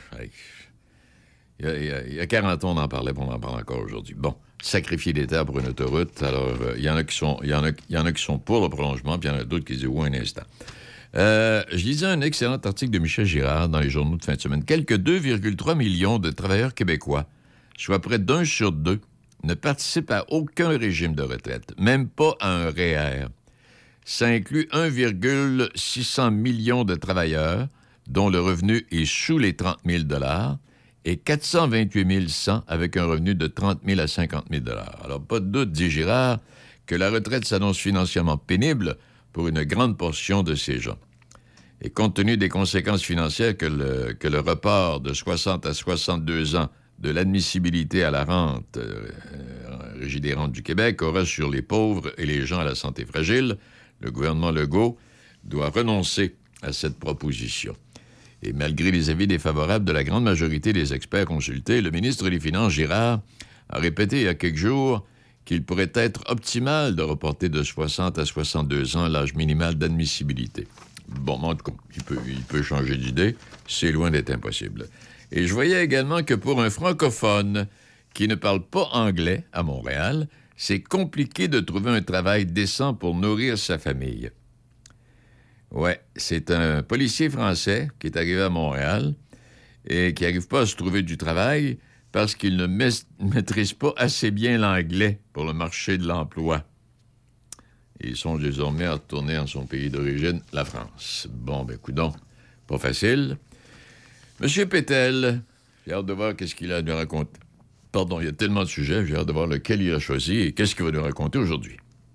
Il y a, il y a, il y a quarante ans, on en parlait, puis on en parle encore aujourd'hui. Bon. Sacrifier des terres pour une autoroute. Alors, il euh, y en a qui sont, il y en a, il y en a qui sont pour le prolongement, puis il y en a d'autres qui disent oui un instant. Euh, je lisais un excellent article de Michel Girard dans les journaux de fin de semaine. Quelque deux virgule trois millions de travailleurs québécois, soit près d'un sur deux, ne participent à aucun régime de retraite, même pas à un R E E R. Ça inclut un virgule six cents millions de travailleurs dont le revenu est sous les trente mille dollars et quatre cent vingt-huit mille cent avec un revenu de trente mille à cinquante mille dollars. Alors, pas de doute, dit Girard, que la retraite s'annonce financièrement pénible pour une grande portion de ces gens. Et compte tenu des conséquences financières que le, que le report de soixante à soixante-deux ans de l'admissibilité à la rente, euh, Régie des rentes du Québec, aura sur les pauvres et les gens à la santé fragile, le gouvernement Legault doit renoncer à cette proposition. Et malgré les avis défavorables de la grande majorité des experts consultés, le ministre des Finances, Girard, a répété il y a quelques jours qu'il pourrait être optimal de reporter de soixante à soixante-deux ans l'âge minimal d'admissibilité. Bon, en tout cas, il peut, il peut changer d'idée. C'est loin d'être impossible. Et je voyais également que pour un francophone qui ne parle pas anglais à Montréal, c'est compliqué de trouver un travail décent pour nourrir sa famille. Ouais, c'est un policier français qui est arrivé à Montréal et qui n'arrive pas à se trouver du travail parce qu'il ne ma- maîtrise pas assez bien l'anglais pour le marché de l'emploi. Ils sont désormais à retourner en son pays d'origine, la France. Bon, ben, coudonc, pas facile. Monsieur Pétel, j'ai hâte de voir qu'est-ce qu'il a à nous raconter. Pardon, il y a tellement de sujets, j'ai hâte de voir lequel il a choisi et qu'est-ce qu'il va nous raconter aujourd'hui.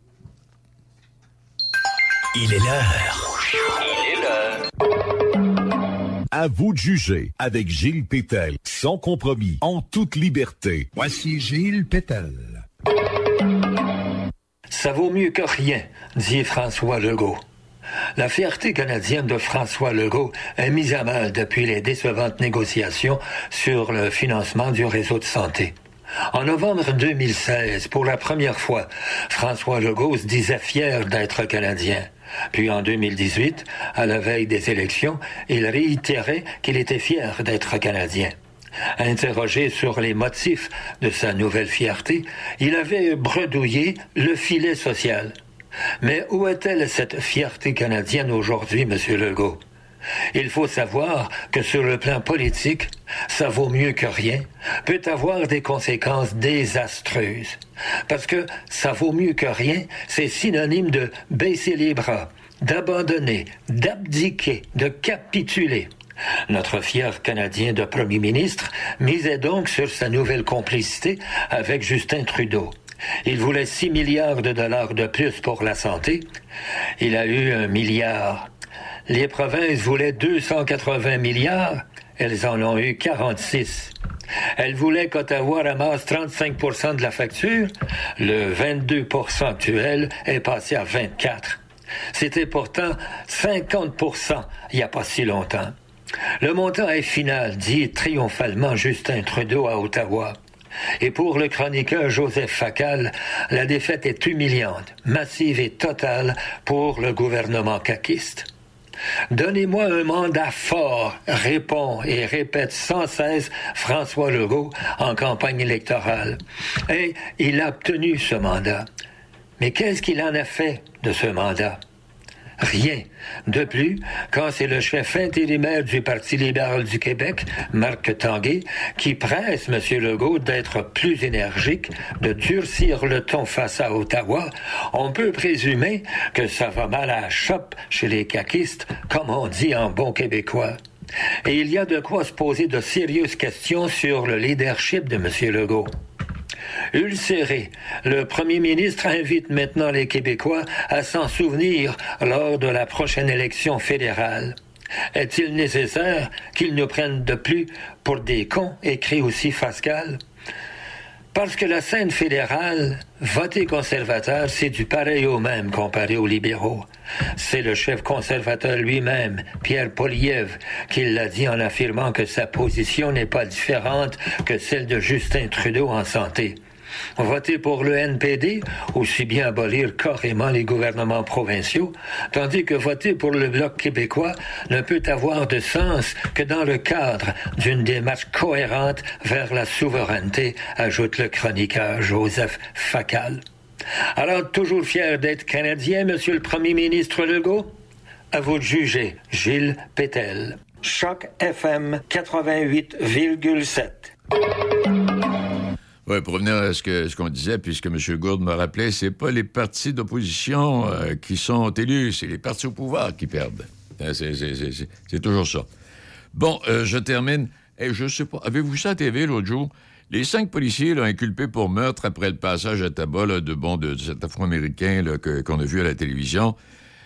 Il est l'heure. Il est l'heure. À vous de juger avec Gilles Pétel, sans compromis, en toute liberté. Voici Gilles Pétel. Ça vaut mieux que rien, dit François Legault. La fierté canadienne de François Legault est mise à mal depuis les décevantes négociations sur le financement du réseau de santé. En novembre deux mille seize, pour la première fois, François Legault se disait fier d'être Canadien. Puis en deux mille dix-huit, à la veille des élections, il réitérait qu'il était fier d'être Canadien. Interrogé sur les motifs de sa nouvelle fierté, il avait bredouillé le filet social. Mais où est-elle cette fierté canadienne aujourd'hui, M. Legault? Il faut savoir que sur le plan politique, ça vaut mieux que rien, peut avoir des conséquences désastreuses. Parce que ça vaut mieux que rien, c'est synonyme de baisser les bras, d'abandonner, d'abdiquer, de capituler. Notre fier Canadien de premier ministre misait donc sur sa nouvelle complicité avec Justin Trudeau. Il voulait six milliards de dollars de plus pour la santé. Il a eu un milliard. Les provinces voulaient deux cent quatre-vingts milliards. Elles en ont eu quarante-six. Elles voulaient qu'Ottawa ramasse trente-cinq pour cent de la facture. Le vingt-deux pour cent actuel est passé à vingt-quatre. C'était pourtant cinquante pour cent il n'y a pas si longtemps. Le montant est final, dit triomphalement Justin Trudeau à Ottawa. Et pour le chroniqueur Joseph Facal, la défaite est humiliante, massive et totale pour le gouvernement caquiste. Donnez-moi un mandat fort, répond et répète sans cesse François Legault en campagne électorale. Et il a obtenu ce mandat. Mais qu'est-ce qu'il en a fait de ce mandat? Rien. De plus, quand c'est le chef intérimaire du Parti libéral du Québec, Marc Tanguay, qui presse M. Legault d'être plus énergique, de durcir le ton face à Ottawa, on peut présumer que ça va mal à la chope chez les caquistes, comme on dit en bon québécois. Et il y a de quoi se poser de sérieuses questions sur le leadership de M. Legault. Ulcéré, le premier ministre invite maintenant les Québécois à s'en souvenir lors de la prochaine élection fédérale. Est-il nécessaire qu'ils nous prennent de plus pour des cons, écrit aussi Fascal? Parce que la scène fédérale, voter conservateur, c'est du pareil au même comparé aux libéraux. C'est le chef conservateur lui-même, Pierre Poilievre, qui l'a dit en affirmant que sa position n'est pas différente que celle de Justin Trudeau en santé. Voter pour le N P D, aussi bien abolir carrément les gouvernements provinciaux, tandis que voter pour le Bloc québécois ne peut avoir de sens que dans le cadre d'une démarche cohérente vers la souveraineté, ajoute le chroniqueur Joseph Facal. Alors, toujours fier d'être Canadien, Monsieur le Premier ministre Legault? À vous de juger, Gilles Pétel. Choc F M quatre-vingt-huit virgule sept. Oui, pour revenir à ce, que, ce qu'on disait, puisque M. Gourde me rappelait, c'est pas les partis d'opposition euh, qui sont élus, c'est les partis au pouvoir qui perdent. C'est, c'est, c'est, c'est, c'est toujours ça. Bon, euh, je termine. Et je sais pas, avez-vous vu ça à la T V l'autre jour? Les cinq policiers là, inculpés pour meurtre après le passage à tabac là, de, bon, de, de cet Afro-Américain là, que, qu'on a vu à la télévision,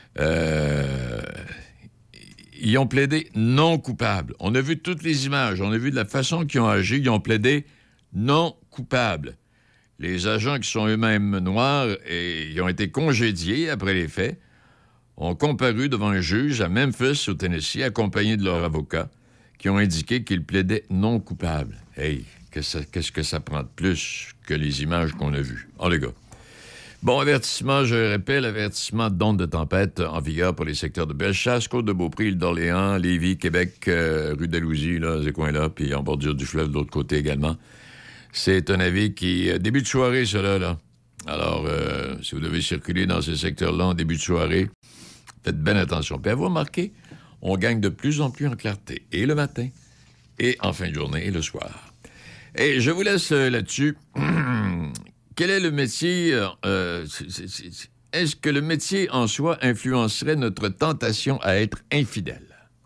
euh, ils ont plaidé non coupable. On a vu toutes les images, on a vu de la façon qu'ils ont agi, ils ont plaidé non coupable. Les agents qui sont eux-mêmes noirs et ils ont été congédiés après les faits ont comparu devant un juge à Memphis, au Tennessee, accompagnés de leurs avocats, qui ont indiqué qu'ils plaidaient non coupable. Hey, qu'est-ce, qu'est-ce que ça prend de plus que les images qu'on a vues? Oh, les gars. Bon, avertissement, je répète, avertissement d'onde de tempête en vigueur pour les secteurs de Bellechasse, Côte-de-Beaupré, Île d'Orléans, Lévis, Québec, euh, rue d'Alousie, là, ces coins-là, puis en bordure du fleuve de l'autre côté également. C'est un avis qui... Euh, début de soirée, cela, là. Alors, euh, si vous devez circuler dans ces secteurs-là en début de soirée, faites bien attention. Puis à vous remarquer, on gagne de plus en plus en clarté, et le matin, et en fin de journée, et le soir. Et je vous laisse euh, là-dessus. Quel est le métier... Euh, c'est, c'est, c'est, est-ce que le métier en soi influencerait notre tentation à être infidèle?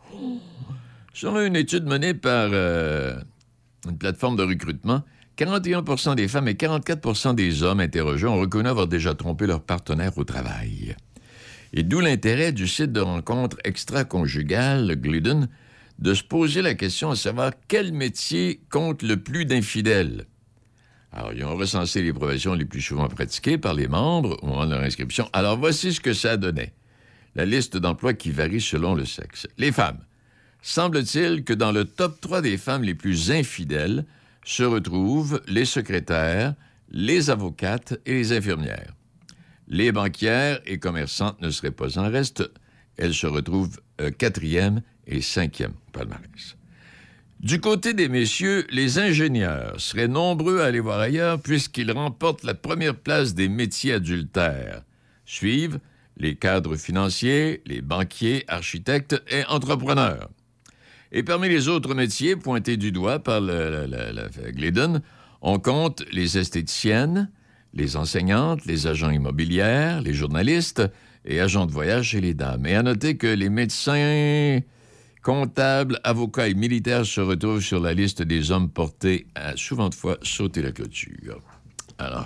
Selon une étude menée par euh, une plateforme de recrutement, quarante et un pour cent des femmes et quarante-quatre pour cent des hommes interrogés ont reconnu avoir déjà trompé leur partenaire au travail. Et d'où l'intérêt du site de rencontre extra-conjugale, Glidden, de se poser la question à savoir quel métier compte le plus d'infidèles. Alors, ils ont recensé les professions les plus souvent pratiquées par les membres au moment de leur inscription. Alors, voici ce que ça donnait. La liste d'emplois qui varie selon le sexe. Les femmes. Semble-t-il que dans le top trois des femmes les plus infidèles se retrouvent les secrétaires, les avocates et les infirmières. Les banquières et commerçantes ne seraient pas en reste. Elles se retrouvent euh, quatrième et cinquième au palmarès. Du côté des messieurs, les ingénieurs seraient nombreux à aller voir ailleurs puisqu'ils remportent la première place des métiers adultères. Suivent les cadres financiers, les banquiers, architectes et entrepreneurs. Et parmi les autres métiers pointés du doigt par le, le, le, le Glidden, on compte les esthéticiennes, les enseignantes, les agents immobilières, les journalistes et agents de voyage chez les dames. Et à noter que les médecins... comptables, avocats et militaires se retrouvent sur la liste des hommes portés à souvent de fois sauter la clôture. Alors,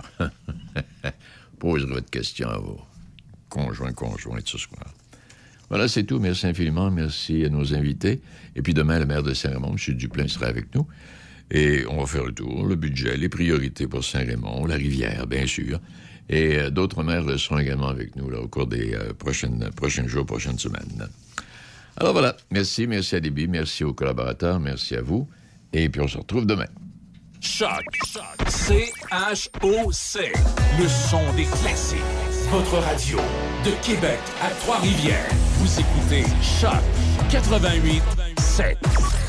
poserez votre question à vos conjoints, conjointes ce soir. Voilà, c'est tout. Merci infiniment. Merci à nos invités. Et puis demain, le maire de Saint-Raymond, M. Duplain, sera avec nous. Et on va faire le tour, le budget, les priorités pour Saint-Raymond, la rivière, bien sûr. Et euh, d'autres maires seront également avec nous là, au cours des euh, prochaines, prochains jours, prochaines semaines. Alors voilà, merci, merci à Déby, merci aux collaborateurs, merci à vous. Et puis on se retrouve demain. Choc, C H O C, le son des classiques. Votre radio de Québec à Trois-Rivières. Vous écoutez Choc quatre-vingt-huit sept.